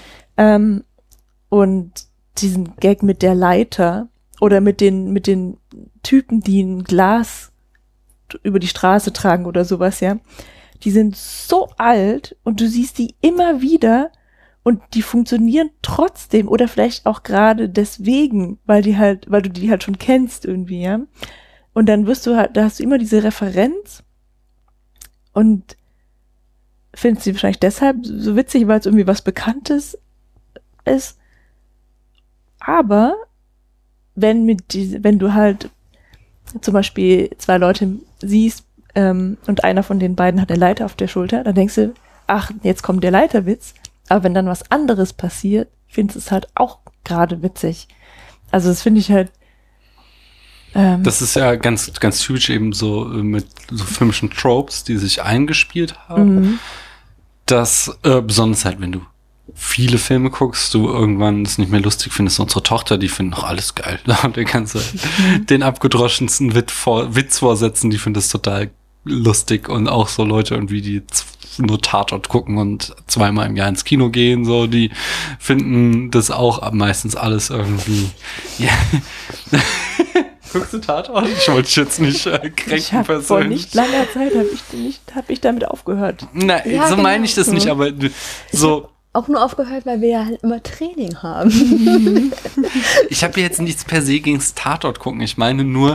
Speaker 3: Und diesen Gag mit der Leiter oder mit den Typen, die ein Glas über die Straße tragen oder sowas, ja, die sind so alt und du siehst die immer wieder und die funktionieren trotzdem oder vielleicht auch gerade deswegen, weil du die halt schon kennst irgendwie, ja. Und dann da hast du immer diese Referenz und findest sie wahrscheinlich deshalb so witzig, weil es irgendwie was Bekanntes ist. Aber wenn du halt zum Beispiel 2 Leute siehst, und einer von den beiden hat eine Leiter auf der Schulter, dann denkst du, ach, jetzt kommt der Leiterwitz. Aber wenn dann was anderes passiert, findest du es halt auch gerade witzig. Also das finde ich halt
Speaker 2: Das ist ja ganz, ganz typisch eben so mit so filmischen Tropes, die sich eingespielt haben. Dass, besonders halt, wenn du viele Filme guckst, du irgendwann es nicht mehr lustig findest. Unsere Tochter, die findet noch alles geil. Und der kannst du den abgedroschensten Witz vorsetzen, die findet es total lustig. Und auch so Leute irgendwie, die nur Tatort gucken und zweimal im Jahr ins Kino gehen, so, die finden das auch meistens alles irgendwie, ja. Guckst du Tatort? Ich wollte dich jetzt nicht kränken persönlich.
Speaker 3: Vor nicht langer Zeit hab ich damit aufgehört.
Speaker 2: Nein, ja, so genau. Meine ich das nicht, aber so.
Speaker 1: Auch nur aufgehört, weil wir ja halt immer Training haben.
Speaker 2: Ich habe jetzt nichts per se gegen das Tatort gucken. Ich meine nur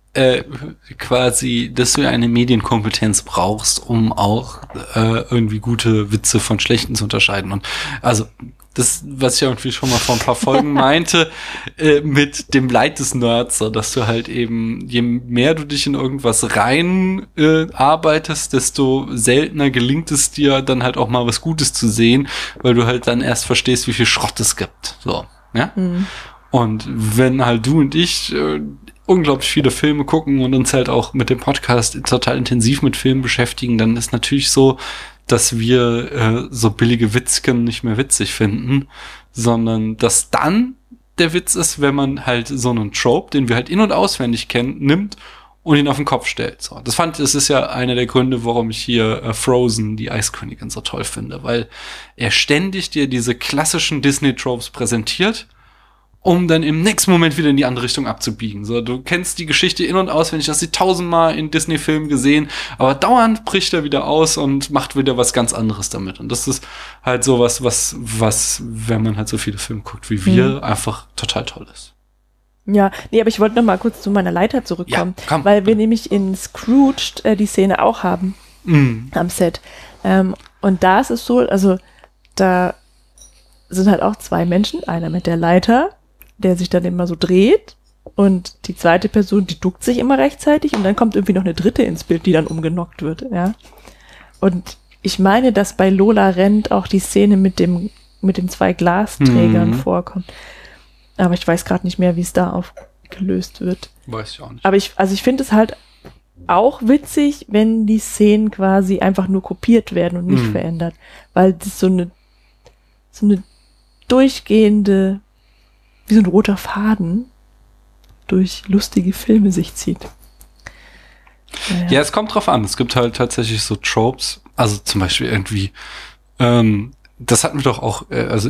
Speaker 2: quasi, dass du eine Medienkompetenz brauchst, um auch irgendwie gute Witze von schlechten zu unterscheiden. Und also das, was ich irgendwie schon mal vor ein paar Folgen meinte, mit dem Leid des Nerds, so, dass du halt eben, je mehr du dich in irgendwas rein arbeitest, desto seltener gelingt es dir, dann halt auch mal was Gutes zu sehen, weil du halt dann erst verstehst, wie viel Schrott es gibt. So, ja. Und wenn halt du und ich unglaublich viele Filme gucken und uns halt auch mit dem Podcast total intensiv mit Filmen beschäftigen, dann ist natürlich so, dass wir so billige Witzchen nicht mehr witzig finden, sondern dass dann der Witz ist, wenn man halt so einen Trope, den wir halt in- und auswendig kennen, nimmt und ihn auf den Kopf stellt. So, das ist ja einer der Gründe, warum ich hier Frozen, die Eiskönigin, so toll finde, weil er ständig dir diese klassischen Disney-Tropes präsentiert, um dann im nächsten Moment wieder in die andere Richtung abzubiegen. So, du kennst die Geschichte in- und auswendig, hast sie 1000-mal in Disney-Filmen gesehen, aber dauernd bricht er wieder aus und macht wieder was ganz anderes damit. Und das ist halt so was, wenn man halt so viele Filme guckt wie wir, einfach total toll ist.
Speaker 3: Ja, nee, aber ich wollte noch mal kurz zu meiner Leiter zurückkommen,
Speaker 2: ja,
Speaker 3: weil wir nämlich in Scrooged die Szene auch haben am Set. Und da ist es so, also da sind halt auch zwei Menschen, einer mit der Leiter, der sich dann immer so dreht, und die zweite Person, die duckt sich immer rechtzeitig, und dann kommt irgendwie noch eine dritte ins Bild, die dann umgenockt wird, ja. Und ich meine, dass bei Lola rennt auch die Szene mit den zwei Glasträgern vorkommt. Aber ich weiß gerade nicht mehr, wie es da aufgelöst wird.
Speaker 2: Weiß ich auch nicht.
Speaker 3: Aber ich finde es halt auch witzig, wenn die Szenen quasi einfach nur kopiert werden und nicht verändert. Weil das so eine durchgehende, wie so ein roter Faden durch lustige Filme sich zieht. Naja.
Speaker 2: Ja, es kommt drauf an. Es gibt halt tatsächlich so Tropes, also zum Beispiel irgendwie, das hatten wir doch auch, also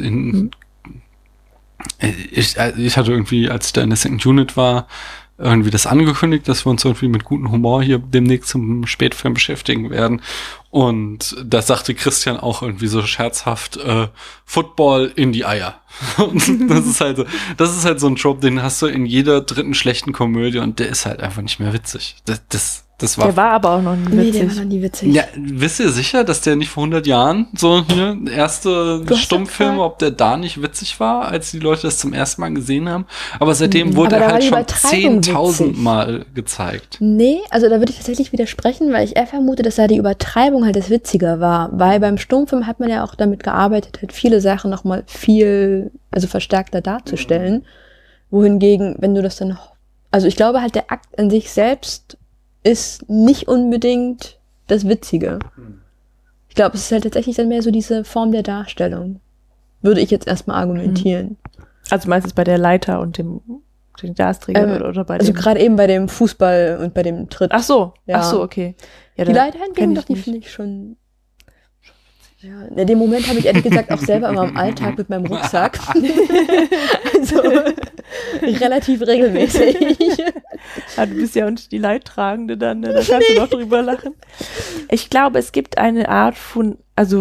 Speaker 2: ich hatte irgendwie, als ich da in der Second Unit war, irgendwie das angekündigt, dass wir uns irgendwie mit gutem Humor hier demnächst zum Spätfilm beschäftigen werden. Und da sagte Christian auch irgendwie so scherzhaft, Football in die Eier. Und das ist halt so ein Trope, den hast du in jeder dritten schlechten Komödie, und der ist halt einfach nicht mehr witzig. Das war.
Speaker 3: Der war aber auch noch nie witzig.
Speaker 1: Nee, der war noch nie witzig.
Speaker 2: Ja, wisst ihr sicher, dass der nicht vor 100 Jahren so hier erste Stummfilme, ob der da nicht witzig war, als die Leute das zum ersten Mal gesehen haben? Aber seitdem wurde er halt schon 10.000 Mal gezeigt.
Speaker 1: Nee, also da würde ich tatsächlich widersprechen, weil ich eher vermute, dass da die Übertreibung halt das Witziger war. Weil beim Stummfilm hat man ja auch damit gearbeitet, halt viele Sachen nochmal viel, also verstärkter darzustellen. Wohingegen, wenn du das dann, also ich glaube halt, der Akt an sich selbst ist nicht unbedingt das Witzige. Ich glaube, es ist halt tatsächlich dann mehr so diese Form der Darstellung. Würde ich jetzt erstmal argumentieren.
Speaker 3: Also meistens bei der Leiter und den Glasträger oder bei dem...
Speaker 1: Also gerade eben bei dem Fußball und bei dem Tritt.
Speaker 3: Ach so,
Speaker 1: ja.
Speaker 3: Okay. Ja,
Speaker 1: die Leiter hingegen, doch, die finde ich schon... Ja, in dem Moment habe ich ehrlich gesagt auch selber immer im Alltag mit meinem Rucksack. Also relativ regelmäßig.
Speaker 3: Ja, du bist ja auch nicht die Leidtragende dann, ne? Da kannst du noch drüber lachen. Ich glaube, es gibt eine Art von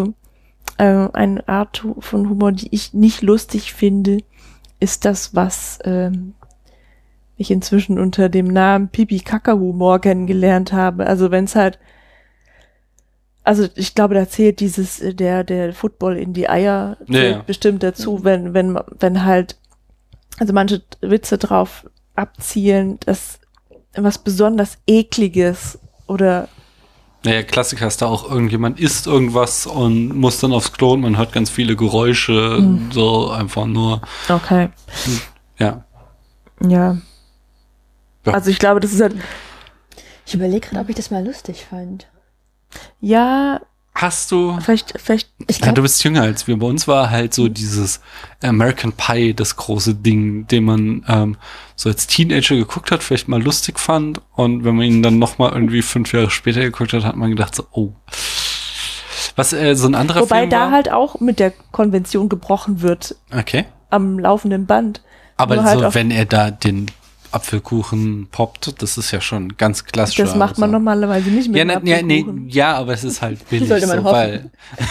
Speaker 3: Humor, die ich nicht lustig finde, ist das, was ich inzwischen unter dem Namen Pipi-Kaka-Humor kennengelernt habe. Also wenn es halt, also ich glaube, da zählt dieses, der Football in die Eier bestimmt dazu, wenn halt, also manche Witze drauf abzielen, dass was besonders Ekliges oder...
Speaker 2: Naja, Klassiker ist da auch, irgendjemand isst irgendwas und muss dann aufs Klo und man hört ganz viele Geräusche, so einfach nur.
Speaker 3: Okay.
Speaker 2: Ja.
Speaker 3: Ja.
Speaker 2: Ja.
Speaker 3: Also ich glaube, das ist halt,
Speaker 1: Ich überlege gerade, ob ich das mal lustig fand.
Speaker 3: ja,
Speaker 2: Hast du...
Speaker 3: vielleicht,
Speaker 1: Ich
Speaker 2: Ja,
Speaker 1: glaub,
Speaker 2: du bist jünger als wir. Bei uns war halt so dieses American Pie das große Ding, den man so als Teenager geguckt hat, vielleicht mal lustig fand. Und wenn man ihn dann noch mal irgendwie 5 Jahre später geguckt hat, hat man gedacht so, oh. Was so ein anderer
Speaker 3: wobei
Speaker 2: Film
Speaker 3: da
Speaker 2: war.
Speaker 3: halt auch mit der Konvention gebrochen wird
Speaker 2: Okay.
Speaker 3: am laufenden Band.
Speaker 2: Aber
Speaker 3: Nur halt
Speaker 2: so,
Speaker 3: auf-
Speaker 2: wenn er da den Apfelkuchen poppt, das ist ja schon ganz klassisch.
Speaker 3: Das macht man normalerweise nicht mit
Speaker 2: Ja,
Speaker 3: einem
Speaker 2: nee,
Speaker 3: Apfelkuchen.
Speaker 2: ja, aber es ist halt billig.
Speaker 1: Sollte man
Speaker 2: so,
Speaker 1: hoffen.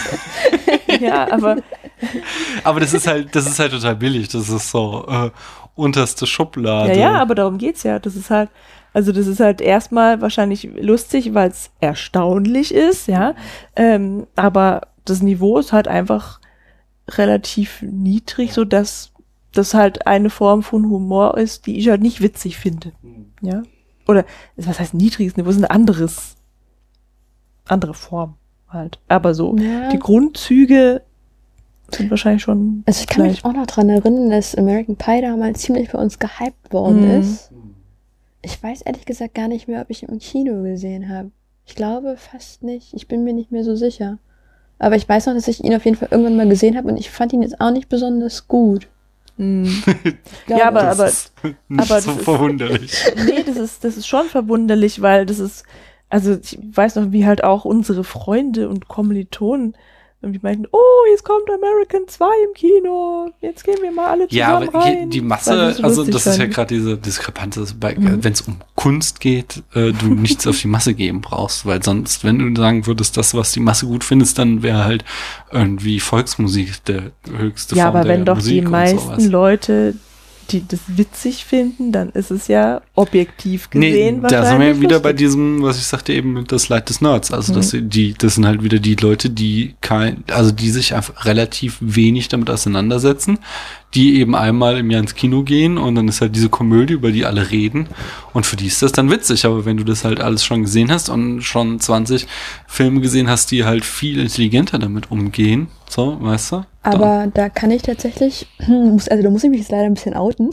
Speaker 3: Ja,
Speaker 2: aber das ist halt total billig. Das ist so unterste Schublade.
Speaker 3: ja, aber darum geht's ja. Das ist halt erstmal wahrscheinlich lustig, weil es erstaunlich ist, ja. Aber das Niveau ist halt einfach relativ niedrig, so dass das halt eine Form von Humor ist, die ich halt nicht witzig finde. Ja. Oder, was heißt niedriges Niveau? Es ist eine andere Form halt. Aber so,
Speaker 1: Ja.
Speaker 3: die Grundzüge sind wahrscheinlich schon
Speaker 1: Also ich kann mich auch noch dran erinnern, dass American Pie damals ziemlich bei uns gehypt worden ist. Ich weiß ehrlich gesagt gar nicht mehr, ob ich ihn im Kino gesehen habe. Ich glaube fast nicht. Ich bin mir nicht mehr so sicher. Aber ich weiß noch, dass ich ihn auf jeden Fall irgendwann mal gesehen habe und ich fand ihn jetzt auch nicht besonders gut. Ich glaube,
Speaker 3: Ja, aber
Speaker 2: Das ist nicht
Speaker 3: aber
Speaker 2: so
Speaker 3: das ist-
Speaker 2: verwunderlich.
Speaker 3: Nee, das ist schon verwunderlich, weil das ist, also ich weiß noch, wie halt auch unsere Freunde und Kommilitonen irgendwie meinten, oh, jetzt kommt American 2 im Kino, jetzt gehen wir mal alle
Speaker 2: Ja,
Speaker 3: zusammen
Speaker 2: aber
Speaker 3: rein.
Speaker 2: die
Speaker 3: Weil
Speaker 2: Masse,
Speaker 3: wir so
Speaker 2: also
Speaker 3: lustig
Speaker 2: das ist ja
Speaker 3: fanden.
Speaker 2: gerade diese Diskrepanz, wenn es um Kunst geht, du nichts auf die Masse geben brauchst, weil sonst, wenn du sagen würdest, das, was die Masse gut findest, dann wäre halt irgendwie Volksmusik der höchste
Speaker 3: Ja,
Speaker 2: Form
Speaker 3: aber
Speaker 2: der
Speaker 3: wenn doch
Speaker 2: Musik
Speaker 3: die
Speaker 2: und
Speaker 3: meisten
Speaker 2: sowas.
Speaker 3: Leute, die das witzig finden, dann ist es ja objektiv
Speaker 2: Nee,
Speaker 3: gesehen
Speaker 2: da sind wir ja
Speaker 3: wahrscheinlich
Speaker 2: wieder bei
Speaker 3: lustig.
Speaker 2: diesem, was ich sagte eben, mit das Leid des Nerds. Also das sind halt wieder die Leute, die die sich einfach relativ wenig damit auseinandersetzen, die eben einmal im Jahr ins Kino gehen und dann ist halt diese Komödie, über die alle reden und für die ist das dann witzig. Aber wenn du das halt alles schon gesehen hast und schon 20 Filme gesehen hast, die halt viel intelligenter damit umgehen, so, weißt du?
Speaker 1: aber da kann ich tatsächlich, da muss ich mich jetzt leider ein bisschen outen.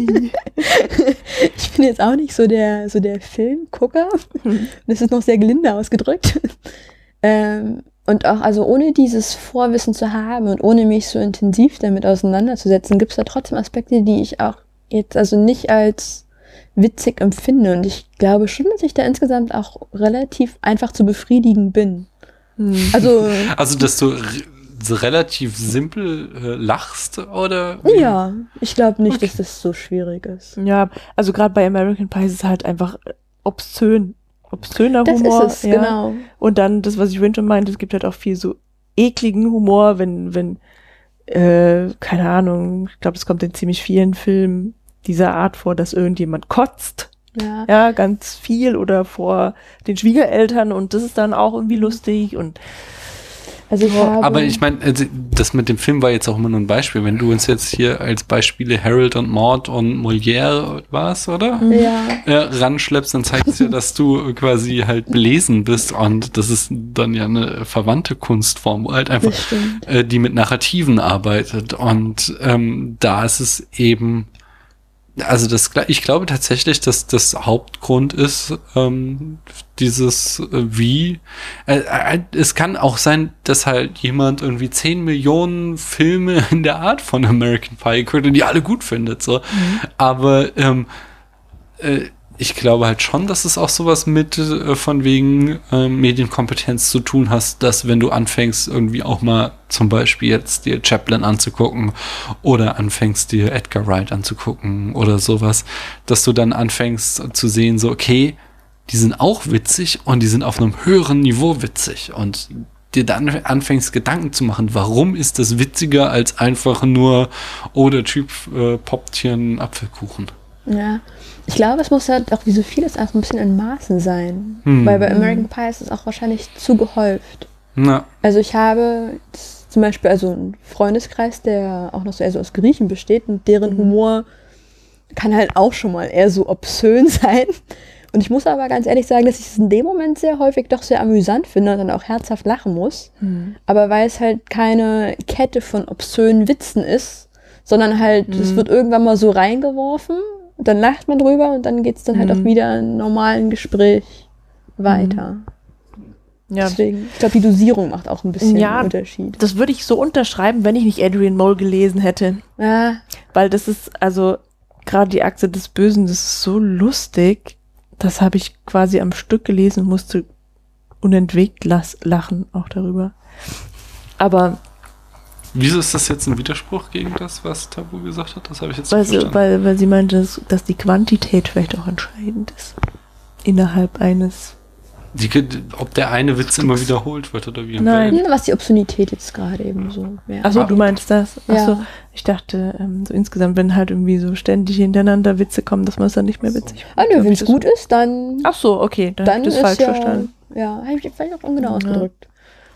Speaker 1: Ich bin jetzt auch nicht so der Filmgucker. Das ist noch sehr gelinde ausgedrückt. Und auch, also ohne dieses Vorwissen zu haben und ohne mich so intensiv damit auseinanderzusetzen, gibt es da trotzdem Aspekte, die ich auch jetzt also nicht als witzig empfinde. Und ich glaube schon, dass ich da insgesamt auch relativ einfach zu befriedigen bin. Also,
Speaker 2: dass du so relativ simpel lachst, oder?
Speaker 1: ja, ich glaube nicht, dass das so schwierig ist.
Speaker 3: Ja, also gerade bei American Pie ist es halt einfach obszöner
Speaker 1: Das
Speaker 3: Humor.
Speaker 1: ist es,
Speaker 3: ja.
Speaker 1: genau.
Speaker 3: Und dann das, was ich vorhin schon meinte, es gibt halt auch viel so ekligen Humor, wenn keine Ahnung, ich glaube, es kommt in ziemlich vielen Filmen dieser Art vor, dass irgendjemand kotzt.
Speaker 1: Ja.
Speaker 3: Ja, ganz viel oder vor den Schwiegereltern und das ist dann auch irgendwie lustig und
Speaker 1: Also ich habe,
Speaker 2: Aber ich meine, das mit dem Film war jetzt auch immer nur ein Beispiel. Wenn du uns jetzt hier als Beispiele Harold und Maude und Molière war's, oder?
Speaker 1: ja,
Speaker 2: Ranschleppst, dann zeigt es ja, dass du quasi halt belesen bist und das ist dann ja eine verwandte Kunstform, wo halt einfach
Speaker 1: das stimmt.
Speaker 2: die mit Narrativen arbeitet und da ist es eben, also ich glaube tatsächlich, dass das Hauptgrund ist, dieses es kann auch sein, dass halt jemand irgendwie 10 Millionen Filme in der Art von American Pie guckt und die alle gut findet, so. Aber ich glaube halt schon, dass es auch sowas mit von wegen Medienkompetenz zu tun hast, dass wenn du anfängst, irgendwie auch mal zum Beispiel jetzt dir Chaplin anzugucken oder anfängst dir Edgar Wright anzugucken oder sowas, dass du dann anfängst zu sehen, so okay, die sind auch witzig und die sind auf einem höheren Niveau witzig und dir dann anfängst Gedanken zu machen, warum ist das witziger als einfach nur, oh, der Typ poppt hier einen Apfelkuchen.
Speaker 1: Ja, ich glaube, es muss halt auch wie so vieles auch ein bisschen in Maßen sein. Weil bei American Pie ist es auch wahrscheinlich zu gehäuft.
Speaker 2: Na,
Speaker 1: Also ich habe zum Beispiel also einen Freundeskreis, der auch noch so eher so aus Griechen besteht und deren Humor kann halt auch schon mal eher so obszön sein. Und ich muss aber ganz ehrlich sagen, dass ich es in dem Moment sehr häufig doch sehr amüsant finde und dann auch herzhaft lachen muss. Aber weil es halt keine Kette von obszönen Witzen ist, sondern halt, es wird irgendwann mal so reingeworfen dann lacht man drüber und dann geht's dann halt auch wieder in normalen Gespräch weiter.
Speaker 3: Ja.
Speaker 1: Deswegen, ich glaube, die Dosierung macht auch ein bisschen einen Unterschied.
Speaker 3: Das würde ich so unterschreiben, wenn ich nicht Adrian Mole gelesen hätte.
Speaker 1: Ja.
Speaker 3: Weil das ist, also gerade die Achse des Bösen, das ist so lustig. Das habe ich quasi am Stück gelesen und musste unentwegt lachen auch darüber. Aber
Speaker 2: wieso ist das jetzt ein Widerspruch gegen das, was Tabu gesagt hat? Das habe ich jetzt nicht verstanden.
Speaker 3: weil sie meinte, dass die Quantität vielleicht auch entscheidend ist. Innerhalb eines...
Speaker 2: Ob der eine Witz immer wiederholt wird oder wie?
Speaker 3: Nein.
Speaker 1: Was die Obszönität jetzt gerade eben so wäre.
Speaker 3: Achso, du meinst das? Achso,
Speaker 1: Ja.
Speaker 3: ich dachte, so insgesamt, wenn halt irgendwie so ständig hintereinander Witze kommen, dass man es dann nicht mehr witzig findet.
Speaker 1: Nö, wenn es gut ist, dann...
Speaker 3: Ach so, okay, dann habe ich das
Speaker 1: ist
Speaker 3: falsch
Speaker 1: ja,
Speaker 3: verstanden.
Speaker 1: Ja, habe ich vielleicht auch ungenau ausgedrückt.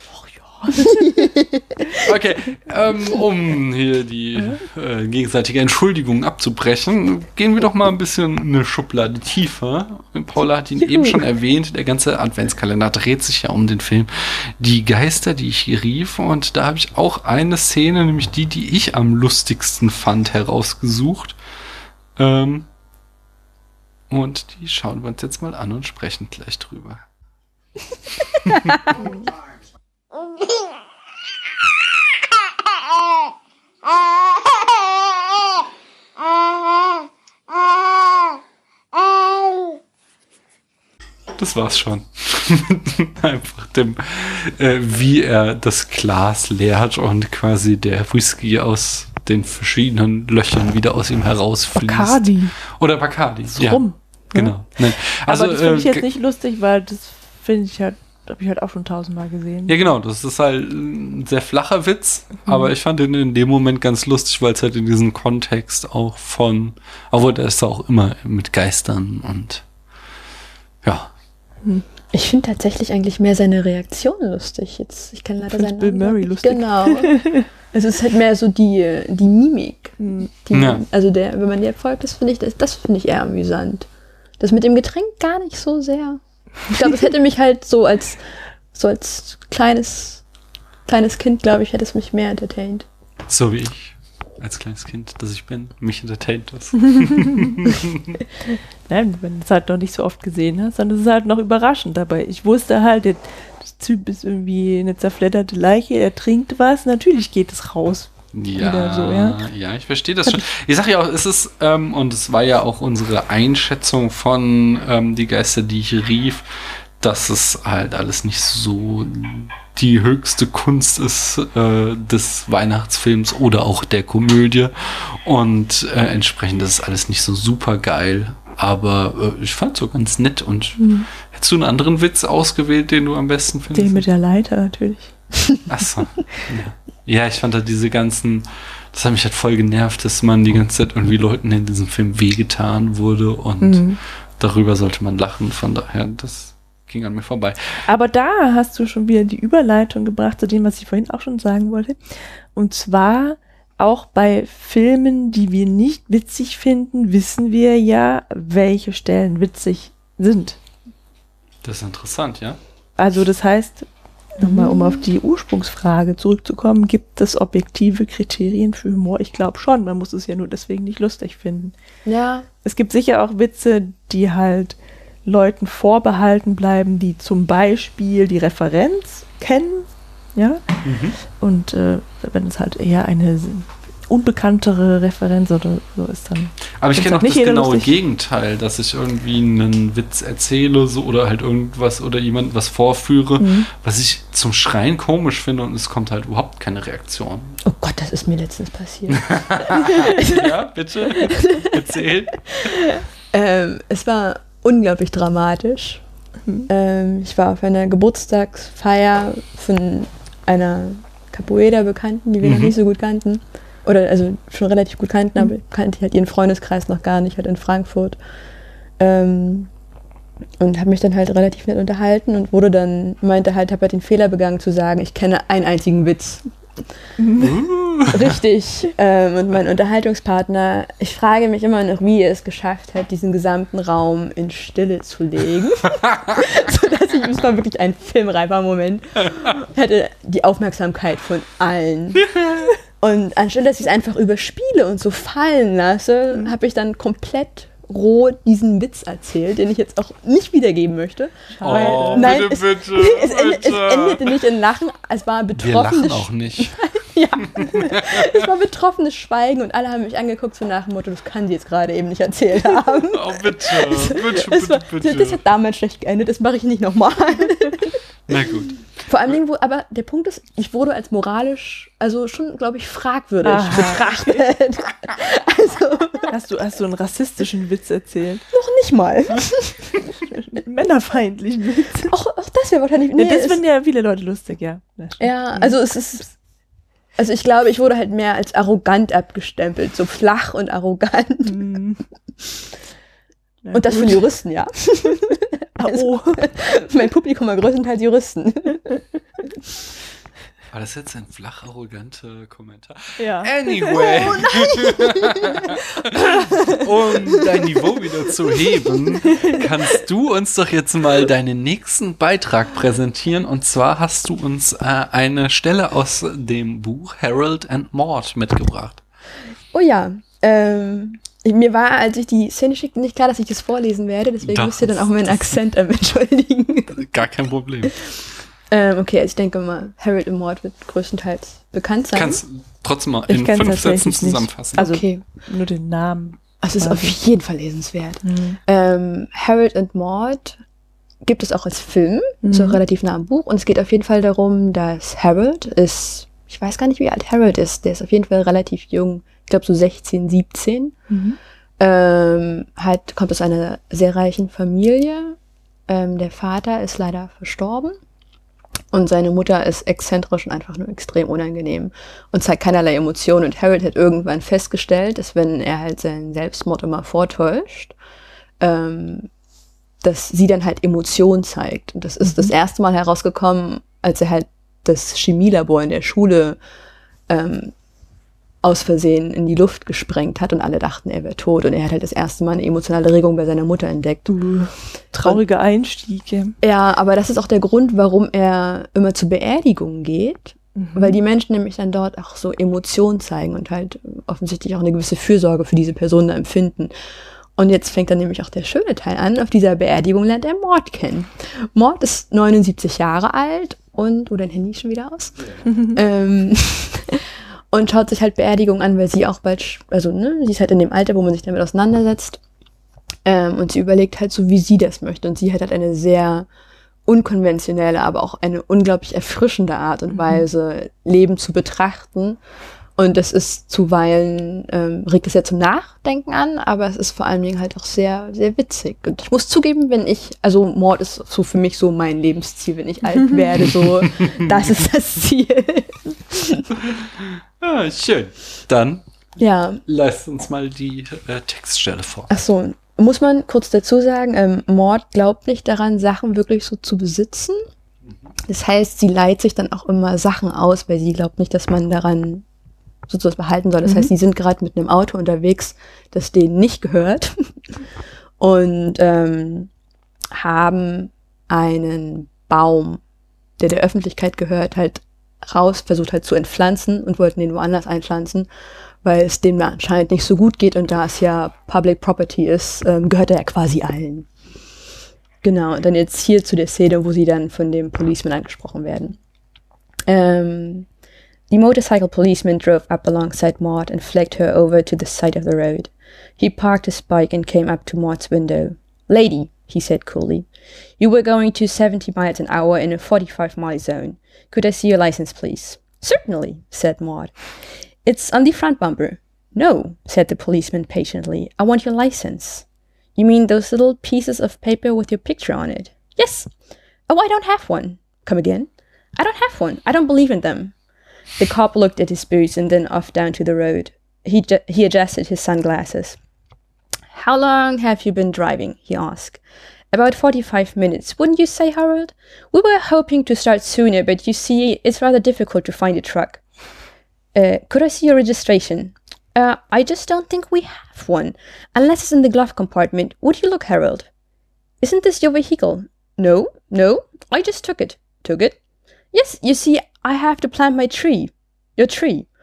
Speaker 2: Okay, um hier die gegenseitige Entschuldigung abzubrechen, gehen wir doch mal ein bisschen eine Schublade tiefer. Paula hat ihn eben schon erwähnt, der ganze Adventskalender dreht sich ja um den Film Die Geister, die ich hier rief. Und da habe ich auch eine Szene, nämlich die ich am lustigsten fand, herausgesucht. Und die schauen wir uns jetzt mal an und sprechen gleich drüber. Das war's schon. Einfach dem, wie er das Glas leert und quasi der Whisky aus den verschiedenen Löchern wieder aus ihm herausfließt.
Speaker 3: Bacardi.
Speaker 2: Oder Bacardi.
Speaker 3: So
Speaker 2: Ja,
Speaker 3: rum.
Speaker 2: genau. Nein. Also,
Speaker 3: aber das finde ich jetzt nicht lustig, weil das finde ich halt, habe ich halt auch schon 1000-mal gesehen.
Speaker 2: Ja, genau, das ist halt ein sehr flacher Witz, aber ich fand ihn in dem Moment ganz lustig, weil es halt in diesem Kontext auch von, obwohl der ist auch immer mit Geistern und ja.
Speaker 1: Ich finde tatsächlich eigentlich mehr seine Reaktion lustig. Jetzt, ich kann leider seinen
Speaker 3: Bill
Speaker 1: Namen
Speaker 3: Murray
Speaker 1: nicht.
Speaker 3: lustig.
Speaker 1: Genau. Es ist halt mehr so die Mimik.
Speaker 2: Ja.
Speaker 1: Also wenn man dir folgt, das finde ich eher amüsant. Das mit dem Getränk gar nicht so sehr. Ich glaube, es hätte mich halt so als kleines Kind, glaube ich, hätte es mich mehr entertained.
Speaker 2: So wie ich als kleines Kind, das ich bin, mich entertaint das.
Speaker 3: Nein, wenn du es halt noch nicht so oft gesehen hast, dann ist es halt noch überraschend dabei. Ich wusste halt, der Typ ist irgendwie eine zerfledderte Leiche, er trinkt was, natürlich geht es raus.
Speaker 2: Ja,
Speaker 3: So, ja.
Speaker 2: Ja, ich verstehe das schon. Ich sage ja auch, es ist, und es war ja auch unsere Einschätzung von Die Geister, die ich rief, dass es halt alles nicht so die höchste Kunst ist des Weihnachtsfilms oder auch der Komödie. Und entsprechend ist es alles nicht so super geil. Aber ich fand es so ganz nett. Und hättest du einen anderen Witz ausgewählt, den du am besten findest?
Speaker 3: Den mit der Leiter natürlich.
Speaker 2: Achso. Ja, ich fand halt diese ganzen, das hat mich halt voll genervt, dass man die ganze Zeit irgendwie Leuten in diesem Film wehgetan wurde und darüber sollte man lachen. Von daher, das ging an mir vorbei.
Speaker 3: Aber da hast du schon wieder die Überleitung gebracht zu dem, was ich vorhin auch schon sagen wollte. Und zwar auch bei Filmen, die wir nicht witzig finden, wissen wir ja, welche Stellen witzig sind.
Speaker 2: Das ist interessant, ja?
Speaker 3: Also das heißt, nochmal um auf die Ursprungsfrage zurückzukommen, gibt es objektive Kriterien für Humor? Ich glaube schon, man muss es ja nur deswegen nicht lustig finden.
Speaker 1: Ja.
Speaker 3: Es gibt sicher auch Witze, die halt Leuten vorbehalten bleiben, die zum Beispiel die Referenz kennen, ja. Und wenn es halt eher eine unbekanntere Referenz oder so ist, dann.
Speaker 2: Aber ich kenne auch
Speaker 3: nicht
Speaker 2: das
Speaker 3: jeder
Speaker 2: genaue
Speaker 3: lustig.
Speaker 2: Gegenteil, dass ich irgendwie einen Witz erzähle so, oder halt irgendwas oder jemand was vorführe, was ich zum Schreien komisch finde und es kommt halt überhaupt keine Reaktion.
Speaker 1: Oh Gott, das ist mir letztens passiert.
Speaker 2: Ja, bitte, erzähl.
Speaker 1: Es war unglaublich dramatisch. Ich war auf einer Geburtstagsfeier von einer Capoeira-Bekannten, die wir noch nicht so gut kannten. Oder also schon relativ gut kannten, aber kannte halt ihren Freundeskreis noch gar nicht, halt in Frankfurt. Und habe mich dann halt relativ nett unterhalten und meinte halt, habe halt den Fehler begangen zu sagen, ich kenne einen einzigen Witz. Richtig. Und mein Unterhaltungspartner, ich frage mich immer noch, wie er es geschafft hat, diesen gesamten Raum in Stille zu legen. Sodass es war wirklich ein filmreifer Moment. Hatte die Aufmerksamkeit von allen. Und anstatt, dass ich es einfach überspiele und so fallen lasse, habe ich dann komplett roh diesen Witz erzählt, den ich jetzt auch nicht wiedergeben möchte.
Speaker 2: Oh,
Speaker 1: Nein,
Speaker 2: bitte.
Speaker 1: Es endete nicht in Lachen, es war
Speaker 2: Wir
Speaker 1: betroffenes
Speaker 2: lachen auch nicht.
Speaker 1: Ja, es war betroffenes Schweigen und alle haben mich angeguckt, so nach dem Motto, das kann sie jetzt gerade eben nicht erzählt haben.
Speaker 2: Oh, bitte.
Speaker 1: Das hat damals schlecht geendet, das mache ich nicht nochmal.
Speaker 2: Na gut.
Speaker 1: Vor allen Dingen, aber der Punkt ist, ich wurde als moralisch, also schon, glaube ich, fragwürdig betrachtet. Also,
Speaker 3: Hast du einen rassistischen Witz erzählt?
Speaker 1: noch nicht mal.
Speaker 3: Einen männerfeindlichen Witz?
Speaker 1: Auch das wäre wahrscheinlich...
Speaker 3: Ja, das finden ja viele Leute lustig, ja.
Speaker 1: Ja, also es ist... Also ich glaube, ich wurde halt mehr als arrogant abgestempelt, so flach und arrogant.
Speaker 3: Mhm.
Speaker 1: Und das von Juristen, ja. Also, mein Publikum war größtenteils Juristen.
Speaker 2: War das jetzt ein flach arroganter Kommentar?
Speaker 3: Ja.
Speaker 2: Anyway. Um dein Niveau wieder zu heben, kannst du uns doch jetzt mal deinen nächsten Beitrag präsentieren. Und zwar hast du uns eine Stelle aus dem Buch Harold and Maude mitgebracht.
Speaker 1: Oh ja, mir war, als ich die Szene schickte, nicht klar, dass ich das vorlesen werde. Deswegen müsst ihr dann auch meinen Akzent entschuldigen.
Speaker 2: Gar kein Problem.
Speaker 1: Okay, also ich denke mal, Harold and Maude wird größtenteils bekannt sein.
Speaker 2: Kannst trotzdem mal in 5 Sätzen zusammenfassen.
Speaker 3: Also
Speaker 1: okay.
Speaker 3: Nur den Namen.
Speaker 1: Also es ist auf jeden Fall lesenswert. Harold and Maude gibt es auch als Film, so relativ nah am Buch. Und es geht auf jeden Fall darum, dass Harold ist, ich weiß gar nicht, wie alt Harold ist, der ist auf jeden Fall relativ jung, ich glaube so 16, 17. Kommt aus einer sehr reichen Familie. Der Vater ist leider verstorben. Und seine Mutter ist exzentrisch und einfach nur extrem unangenehm und zeigt keinerlei Emotionen. Und Harold hat irgendwann festgestellt, dass wenn er halt seinen Selbstmord immer vortäuscht, dass sie dann halt Emotionen zeigt. Und das ist das erste Mal herausgekommen, als er halt das Chemielabor in der Schule aus Versehen in die Luft gesprengt hat und alle dachten, er wäre tot. Und er hat halt das erste Mal eine emotionale Regung bei seiner Mutter entdeckt.
Speaker 3: Trauriger Einstieg.
Speaker 1: Ja, aber das ist auch der Grund, warum er immer zu Beerdigungen geht. Weil die Menschen nämlich dann dort auch so Emotionen zeigen und halt offensichtlich auch eine gewisse Fürsorge für diese Person da empfinden. Und jetzt fängt dann nämlich auch der schöne Teil an. Auf dieser Beerdigung lernt er Maude kennen. Maude ist 79 Jahre alt und, dein Handy ist schon wieder aus. Und schaut sich halt Beerdigung an, weil sie auch bald, also sie ist halt in dem Alter, wo man sich damit auseinandersetzt. Und sie überlegt halt so, wie sie das möchte. Und sie hat halt eine sehr unkonventionelle, aber auch eine unglaublich erfrischende Art und Weise, Leben zu betrachten. Und das ist zuweilen, regt es ja zum Nachdenken an, aber es ist vor allen Dingen halt auch sehr, sehr witzig. Und ich muss zugeben, Maude ist so für mich so mein Lebensziel, wenn ich alt werde, so, das ist das Ziel.
Speaker 2: Ah, schön. Dann
Speaker 1: ja.
Speaker 2: leist uns mal die Textstelle vor.
Speaker 1: Ach so, muss man kurz dazu sagen, Maude glaubt nicht daran, Sachen wirklich so zu besitzen. Das heißt, sie leiht sich dann auch immer Sachen aus, weil sie glaubt nicht, dass man daran sozusagen behalten soll. Das heißt, sie sind gerade mit einem Auto unterwegs, das denen nicht gehört und haben einen Baum, der Öffentlichkeit gehört, halt versucht halt zu entpflanzen und wollten den woanders einpflanzen, weil es dem da anscheinend nicht so gut geht und da es ja Public Property ist, gehört er ja quasi allen. Genau, und dann jetzt hier zu der Szene, wo sie dann von dem Policeman angesprochen werden. The motorcycle policeman drove up alongside Maude and flagged her over to the side of the road. He parked his bike and came up to Maude's window. "Lady," he said coolly, "you were going to 70 miles an hour in a 45-mile zone. Could I see your license, please?" "Certainly," said Maude. "It's on the front bumper." "No," said the policeman patiently. "I want your license." "You mean those little pieces of paper with your picture on it?" "Yes." "Oh, I don't have one." "Come again?" "I don't have one. I don't believe in them." The cop looked at his boots and then off down to the road. He adjusted his sunglasses. "How long have you been driving?" he asked. "About 45 minutes, wouldn't you say, Harold? We were hoping to start sooner, but you see, it's rather difficult to find a truck." Could I see your registration?" I just don't think we have one, unless it's in the glove compartment. Would you look, Harold?" "Isn't this your vehicle?" No, I just took it." "Took it?" "Yes, you see, I have to plant my tree." "Your tree?"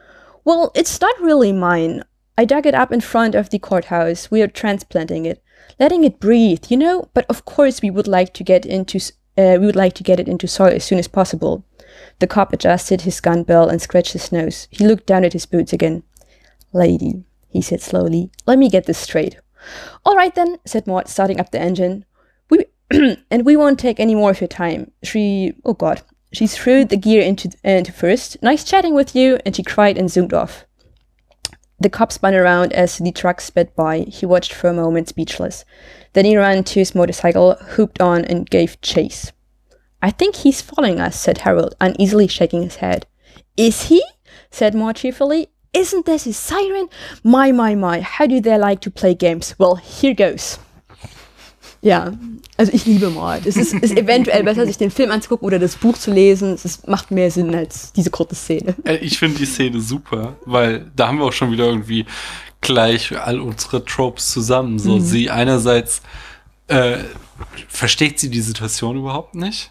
Speaker 1: Well, it's not really mine. I dug it up in front of the courthouse. We are transplanting it. Letting it breathe, you know? But of course we would like to get it into soil as soon as possible. The cop adjusted his gun belt and scratched his nose. He looked down at his boots again. Lady, he said slowly, let me get this straight. All right then, said Maud, starting up the engine. And we won't take any more of your time. She threw the gear into first. Nice chatting with you, and she cried and zoomed off. The cop spun around as the truck sped by. He watched for a moment, speechless. Then he ran to his motorcycle, hooped on, and gave chase. I think he's following us, said Harold, uneasily shaking his head. Is he? Said Maud cheerfully. Isn't this his siren? My, how do they like to play games? Well, here goes. Ja, also ich liebe Maud. Es ist eventuell besser, sich den Film anzugucken oder das Buch zu lesen. Es macht mehr Sinn als diese kurze Szene.
Speaker 2: Ich finde die Szene super, weil da haben wir auch schon wieder irgendwie gleich all unsere Tropes zusammen. So, sie einerseits versteht sie die Situation überhaupt nicht.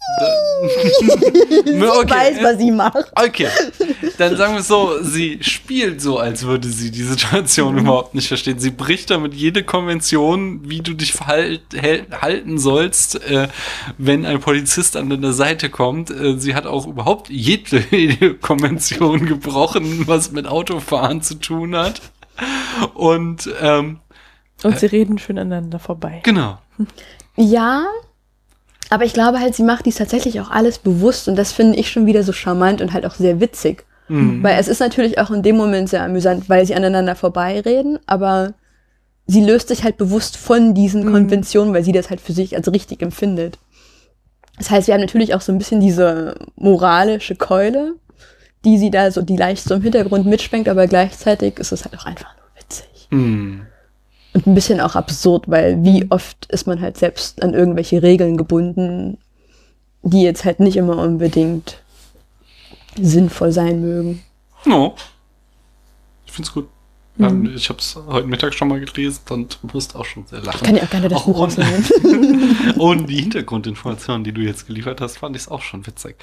Speaker 1: Sie weiß, was sie macht.
Speaker 2: Okay, dann sagen wir es so, sie spielt so, als würde sie die Situation überhaupt nicht verstehen. Sie bricht damit jede Konvention, wie du dich halten sollst, wenn ein Polizist an deiner Seite kommt. Sie hat auch überhaupt jede Konvention gebrochen, was mit Autofahren zu tun hat. Und
Speaker 3: sie reden schön aneinander vorbei.
Speaker 2: Genau.
Speaker 1: Ja, aber ich glaube halt, sie macht dies tatsächlich auch alles bewusst und das finde ich schon wieder so charmant und halt auch sehr witzig. Weil es ist natürlich auch in dem Moment sehr amüsant, weil sie aneinander vorbeireden, aber sie löst sich halt bewusst von diesen Konventionen, weil sie das halt für sich als richtig empfindet. Das heißt, wir haben natürlich auch so ein bisschen diese moralische Keule, die sie da so, die leicht so im Hintergrund mitschwenkt, aber gleichzeitig ist es halt auch einfach nur witzig. Und ein bisschen auch absurd, weil wie oft ist man halt selbst an irgendwelche Regeln gebunden, die jetzt halt nicht immer unbedingt sinnvoll sein mögen.
Speaker 2: No. Ich find's gut. Ich habe es heute Mittag schon mal gelesen und musste auch schon sehr lachen.
Speaker 1: Ich kann ja auch gerne das Buch rausnehmen.
Speaker 2: Und die Hintergrundinformationen, die du jetzt geliefert hast, fand ich auch schon witzig.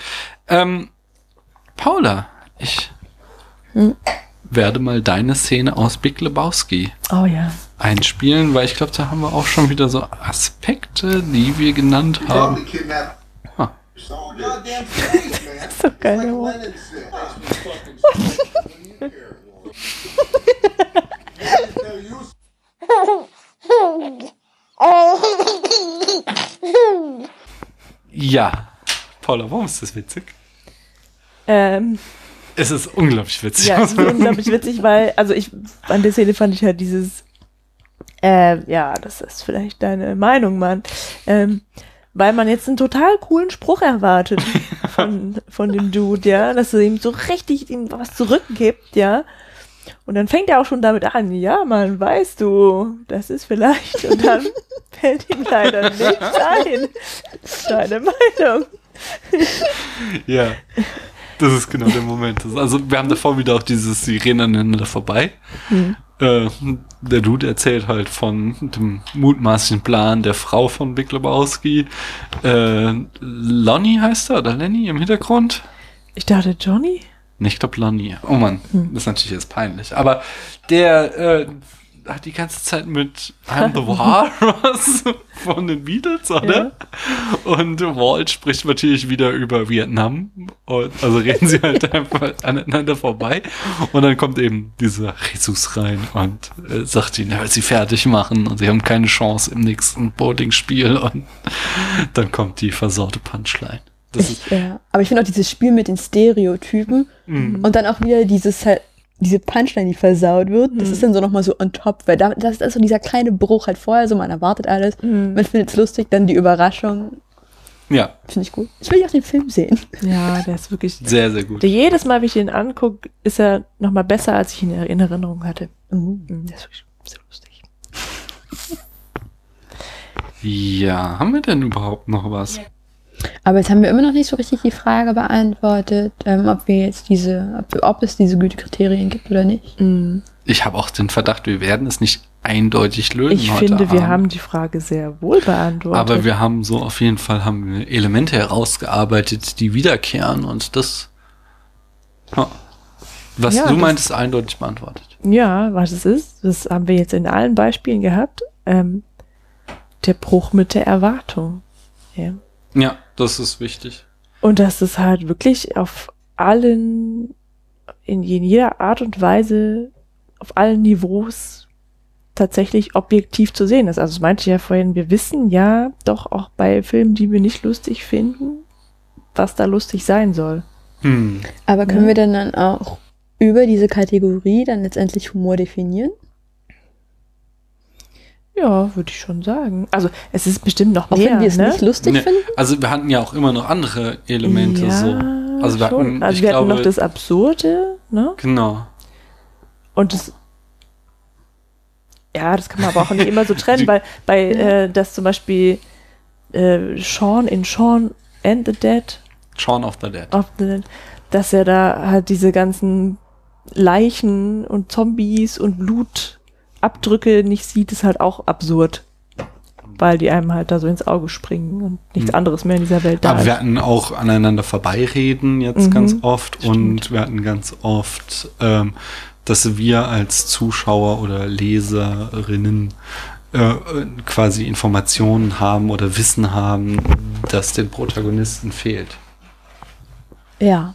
Speaker 2: Paula, ich werde mal deine Szene aus Big Lebowski einspielen, weil ich glaube, da haben wir auch schon wieder so Aspekte, die wir genannt haben.
Speaker 3: So geil.
Speaker 2: Ja, Paula, warum ist das witzig? Es ist unglaublich witzig.
Speaker 3: Ja, es ist unglaublich witzig, weil, also an der Szene fand ich halt dieses, das ist vielleicht deine Meinung, Mann, weil man jetzt einen total coolen Spruch erwartet von dem Dude, ja, dass er ihm so richtig ihm was zurückgibt, ja. Und dann fängt er auch schon damit an, ja, Mann, weißt du, das ist vielleicht, und dann fällt ihm leider nichts ein. Deine Meinung.
Speaker 2: Ja. Das ist genau der Moment. Also wir haben davor wieder auch dieses, sie reden aneinander vorbei. Der Dude erzählt halt von dem mutmaßlichen Plan der Frau von Big Lebowski. Lonnie heißt er, oder Lenny im Hintergrund?
Speaker 3: Ich dachte Johnny?
Speaker 2: Ich glaube Lonnie. Oh Mann, das ist natürlich jetzt peinlich. Aber der hat die ganze Zeit mit I'm the Walrus von den Beatles, oder? Ja. Und Walt spricht natürlich wieder über Vietnam. Und also reden sie halt einfach aneinander vorbei. Und dann kommt eben dieser Jesus rein und sagt ihnen, er will sie fertig machen und sie haben keine Chance im nächsten Bowling-Spiel. Und dann kommt die versaute Punchline.
Speaker 1: Aber ich finde auch dieses Spiel mit den Stereotypen und dann auch wieder diese Punchline, die versaut wird, das ist dann so nochmal so on top, weil das ist so dieser kleine Bruch halt vorher, so man erwartet alles, man findet es lustig, dann die Überraschung. Ja. Finde ich gut. Ich will ja auch den Film sehen.
Speaker 3: Ja, der ist wirklich
Speaker 2: sehr, sehr gut.
Speaker 3: Jedes Mal, wenn ich den angucke, ist er nochmal besser, als ich ihn in Erinnerung hatte. Der ist wirklich sehr lustig.
Speaker 2: Ja, haben wir denn überhaupt noch was? Ja.
Speaker 1: Aber jetzt haben wir immer noch nicht so richtig die Frage beantwortet, ob es diese Gütekriterien gibt oder nicht.
Speaker 2: Ich habe auch den Verdacht, wir werden es nicht eindeutig lösen.
Speaker 3: Ich finde, wir haben die Frage sehr wohl beantwortet.
Speaker 2: Aber wir haben so auf jeden Fall Elemente herausgearbeitet, die wiederkehren und das Was
Speaker 3: Ja,
Speaker 2: du
Speaker 3: das-
Speaker 2: meintest, eindeutig beantwortet.
Speaker 3: Ja, was es ist, das haben wir jetzt in allen Beispielen gehabt. Der Bruch mit der Erwartung. Ja.
Speaker 2: Ja, das ist wichtig.
Speaker 3: Und dass es halt wirklich auf allen, in jeder Art und Weise, auf allen Niveaus tatsächlich objektiv zu sehen ist. Also das meinte ich ja vorhin, wir wissen ja doch auch bei Filmen, die wir nicht lustig finden, was da lustig sein soll.
Speaker 1: Aber können
Speaker 3: Ja.
Speaker 1: wir denn dann auch über diese Kategorie dann letztendlich Humor definieren?
Speaker 3: Ja, würde ich schon sagen. Also es ist bestimmt noch
Speaker 1: Auch
Speaker 3: mehr,
Speaker 1: wenn wir es
Speaker 3: ne?
Speaker 1: nicht lustig
Speaker 2: Nee,
Speaker 1: finden?
Speaker 2: also wir hatten ja auch immer noch andere Elemente
Speaker 3: ja,
Speaker 2: so. Also wir
Speaker 3: schon.
Speaker 2: hatten,
Speaker 3: Also
Speaker 2: ich
Speaker 3: wir hatten
Speaker 2: glaube,
Speaker 3: noch das Absurde, ne?
Speaker 2: genau.
Speaker 3: Und das, ja, das kann man aber auch nicht immer so trennen, weil bei das zum Beispiel Shaun in Shaun and the Dead,
Speaker 2: Shaun of the Dead.
Speaker 3: dass er da halt diese ganzen Leichen und Zombies und Blutabdrücke nicht sieht, ist halt auch absurd. Weil die einem halt da so ins Auge springen und nichts anderes mehr in dieser Welt da
Speaker 2: Aber
Speaker 3: ist.
Speaker 2: wir hatten auch aneinander vorbeireden jetzt ganz oft
Speaker 3: stimmt.
Speaker 2: und wir hatten ganz oft, dass wir als Zuschauer oder Leserinnen quasi Informationen haben oder Wissen haben, dass den Protagonisten fehlt.
Speaker 1: Ja.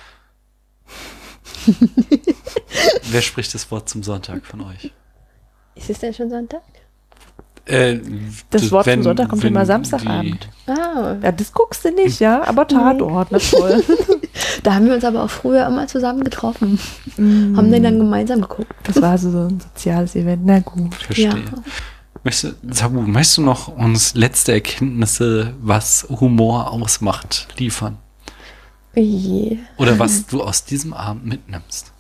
Speaker 2: Wer spricht das Wort zum Sonntag von euch?
Speaker 1: Ist es denn schon Sonntag?
Speaker 3: Das Wort zum Sonntag kommt
Speaker 2: wenn
Speaker 3: immer Samstagabend.
Speaker 1: Ah,
Speaker 3: Ja, das guckst du nicht, ja? Aber Tatort, na toll.
Speaker 1: da haben wir uns aber auch früher immer zusammen getroffen. Haben den dann gemeinsam geguckt.
Speaker 3: Das war so ein soziales Event. Na gut.
Speaker 2: Verstehe.
Speaker 1: Ja.
Speaker 2: Sabu, möchtest du noch uns letzte Erkenntnisse, was Humor ausmacht, liefern?
Speaker 1: Je.
Speaker 2: Oder was du aus diesem Abend mitnimmst?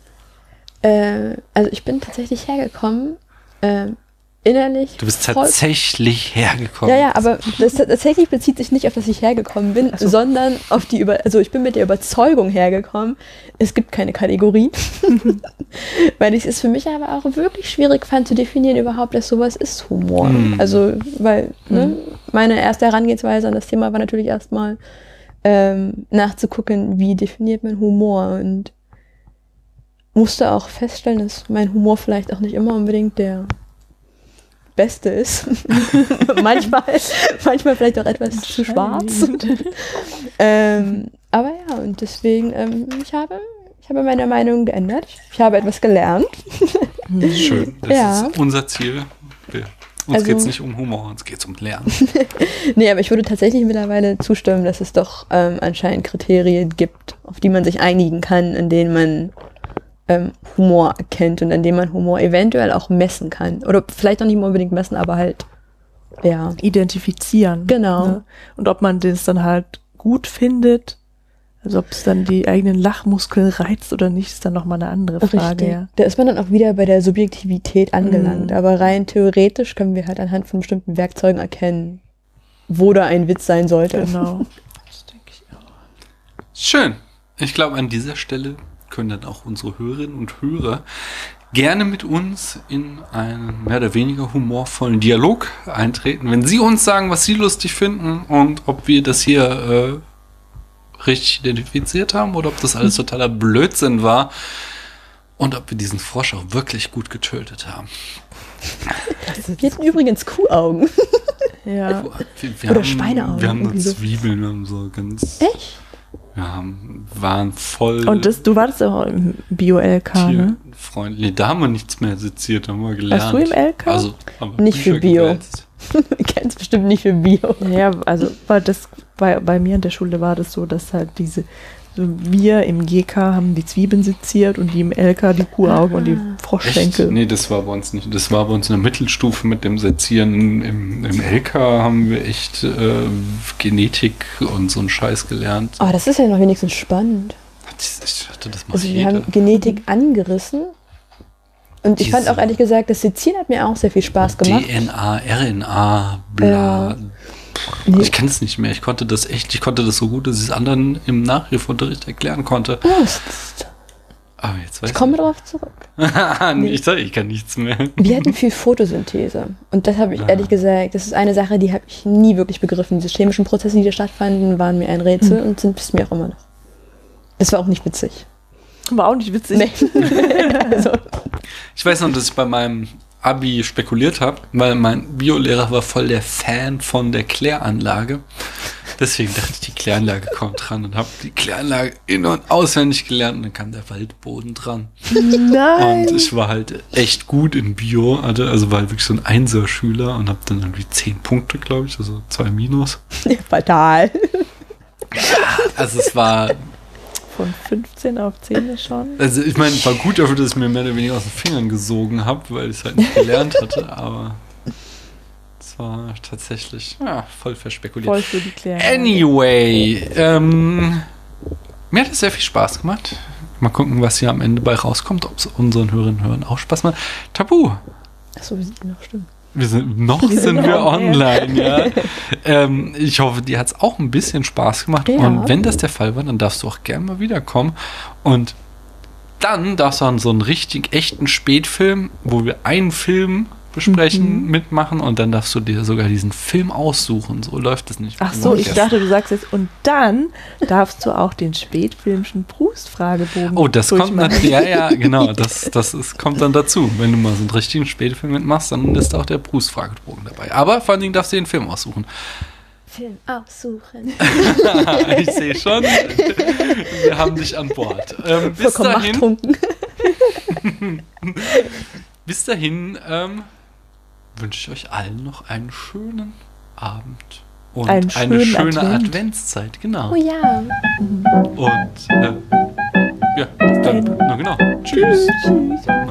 Speaker 1: Also ich bin tatsächlich hergekommen, innerlich.
Speaker 2: Du bist
Speaker 1: voll-
Speaker 2: tatsächlich hergekommen.
Speaker 1: Ja, aber das tatsächlich bezieht sich nicht auf, dass ich hergekommen bin, sondern auf die also ich bin mit der Überzeugung hergekommen, es gibt keine Kategorien. Weil ich es für mich aber auch wirklich schwierig fand zu definieren überhaupt, dass sowas ist Humor. Also, weil meine erste Herangehensweise an das Thema war natürlich erstmal nachzugucken, wie definiert man Humor, und musste auch feststellen, dass mein Humor vielleicht auch nicht immer unbedingt der beste ist. manchmal vielleicht auch etwas zu schwarz. Aber ja, und deswegen, ich habe meine Meinung geändert. Ich habe etwas gelernt.
Speaker 2: Schön. Das
Speaker 1: Ja.
Speaker 2: ist unser Ziel. Uns
Speaker 1: Also-
Speaker 2: geht es nicht um Humor, uns geht es um Lernen.
Speaker 1: Nee, aber ich würde tatsächlich mittlerweile zustimmen, dass es doch anscheinend Kriterien gibt, auf die man sich einigen kann, in denen man Humor erkennt und an denen man Humor eventuell auch messen kann. Oder vielleicht auch nicht mal unbedingt messen, aber halt, ja.
Speaker 3: Identifizieren.
Speaker 1: Genau.
Speaker 3: Ne? Und ob man das dann halt gut findet, also ob es dann die eigenen Lachmuskeln reizt oder nicht, ist dann nochmal eine andere Frage. Ja.
Speaker 1: Da ist man dann auch wieder bei der Subjektivität angelangt. Aber rein theoretisch können wir halt anhand von bestimmten Werkzeugen erkennen, wo da ein Witz sein sollte.
Speaker 3: Genau. Das denke ich auch.
Speaker 2: Schön. Ich glaube, an dieser Stelle können dann auch unsere Hörerinnen und Hörer gerne mit uns in einen mehr oder weniger humorvollen Dialog eintreten. Wenn sie uns sagen, was sie lustig finden und ob wir das hier richtig identifiziert haben oder ob das alles totaler Blödsinn war und ob wir diesen Frosch auch wirklich gut getötet haben.
Speaker 1: Wir hatten übrigens Kuhaugen.
Speaker 3: Ja.
Speaker 2: Wir
Speaker 1: Oder
Speaker 2: haben,
Speaker 1: Schweineaugen,
Speaker 2: wir haben
Speaker 1: irgendwie so.
Speaker 2: Zwiebeln, wir haben so ganz...
Speaker 1: Echt?
Speaker 2: waren voll...
Speaker 3: Und du warst auch im Bio-LK, ne?
Speaker 2: tierfreundlich. Da haben wir nichts mehr seziert, da haben wir gelernt.
Speaker 3: Warst du im LK?
Speaker 2: Also, haben wir
Speaker 1: Nicht für
Speaker 2: Bücher
Speaker 1: Bio.
Speaker 2: gewälzt.
Speaker 1: Ganz bestimmt nicht für Bio.
Speaker 3: Ja, also bei mir in der Schule war das so, dass halt wir im GK haben die Zwiebeln seziert und die im LK die Kuhaugen und die
Speaker 2: Echt?
Speaker 3: Froschschenkel.
Speaker 2: Nee, das war bei uns nicht. Das war bei uns in der Mittelstufe mit dem Sezieren. Im LK haben wir echt Genetik und so einen Scheiß gelernt.
Speaker 1: Aber das ist ja noch wenigstens spannend.
Speaker 2: Ich hatte das mal
Speaker 1: Also wir
Speaker 2: jeder.
Speaker 1: haben Genetik angerissen. Und ich fand
Speaker 2: Diese-
Speaker 1: auch ehrlich gesagt, das Sezieren hat mir auch sehr viel Spaß gemacht.
Speaker 2: DNA, RNA, bla.
Speaker 1: Nee.
Speaker 2: Ich kann es nicht mehr. Ich konnte das so gut, dass ich es anderen im Nachhilfeunterricht erklären konnte. Aber jetzt weiß
Speaker 1: Ich komme drauf zurück.
Speaker 2: ich sage, ich kann nichts mehr.
Speaker 1: Wir hatten viel Photosynthese. Und das habe ich ehrlich gesagt, das ist eine Sache, die habe ich nie wirklich begriffen. Diese chemischen Prozesse, die da stattfanden, waren mir ein Rätsel und sind bis mir auch immer noch. Das war auch nicht witzig.
Speaker 3: war auch nicht witzig.
Speaker 1: Nee. Also,
Speaker 2: Ich weiß noch, dass ich bei meinem Abi spekuliert habe, weil mein Biolehrer war voll der Fan von der Kläranlage. Deswegen dachte ich, die Kläranlage kommt dran und habe die Kläranlage in- und auswendig gelernt und dann kam der Waldboden dran.
Speaker 3: Nein.
Speaker 2: Und ich war halt echt gut in Bio, also war halt wirklich so ein Einser-Schüler und habe dann irgendwie 10 Punkte, glaube ich, also 2 Minus.
Speaker 1: fatal.
Speaker 2: Also es war,
Speaker 3: Von 15 auf 10 schon.
Speaker 2: also ich meine, war gut dafür, dass ich mir mehr oder weniger aus den Fingern gesogen habe, weil ich es halt nicht gelernt hatte, aber es war tatsächlich voll verspekuliert.
Speaker 3: Voll für die Klärung.
Speaker 2: Anyway, mir hat es sehr viel Spaß gemacht. Mal gucken, was hier am Ende bei rauskommt, ob es unseren Hörerinnen und Hörern auch Spaß macht. Tabu.
Speaker 1: Achso, wir sind noch stimmt.
Speaker 2: Sind wir
Speaker 3: noch
Speaker 2: online, ja. Ich hoffe, dir hat es auch ein bisschen Spaß gemacht.
Speaker 1: Ja.
Speaker 2: Und wenn das der Fall war, dann darfst du auch gerne mal wiederkommen. Und dann darfst du an so einen richtig echten Spätfilm, wo wir einen Film besprechen, mitmachen und dann darfst du dir sogar diesen Film aussuchen. So läuft es nicht.
Speaker 3: Ach so, ich dachte, du sagst jetzt, und dann darfst du auch den spätfilmischen Proust-Fragebogen
Speaker 2: Oh, das kommt
Speaker 3: durchmachen.
Speaker 2: dann, ja, genau, kommt dann dazu. Wenn du mal so einen richtigen Spätfilm mitmachst, dann ist auch der Bruce-Fragebogen dabei. Aber vor allen Dingen darfst du den Film aussuchen.
Speaker 1: Film aussuchen.
Speaker 2: Ich sehe schon, wir haben dich an Bord.
Speaker 1: Vollkommen
Speaker 2: Bis dahin wünsche ich euch allen noch einen schönen Abend. Und
Speaker 3: Einen
Speaker 2: eine
Speaker 3: schönen
Speaker 2: schöne
Speaker 3: Advent.
Speaker 2: Adventszeit, genau.
Speaker 1: Oh ja.
Speaker 2: Und ja, dann, genau. Tschüss.
Speaker 3: Tschüss.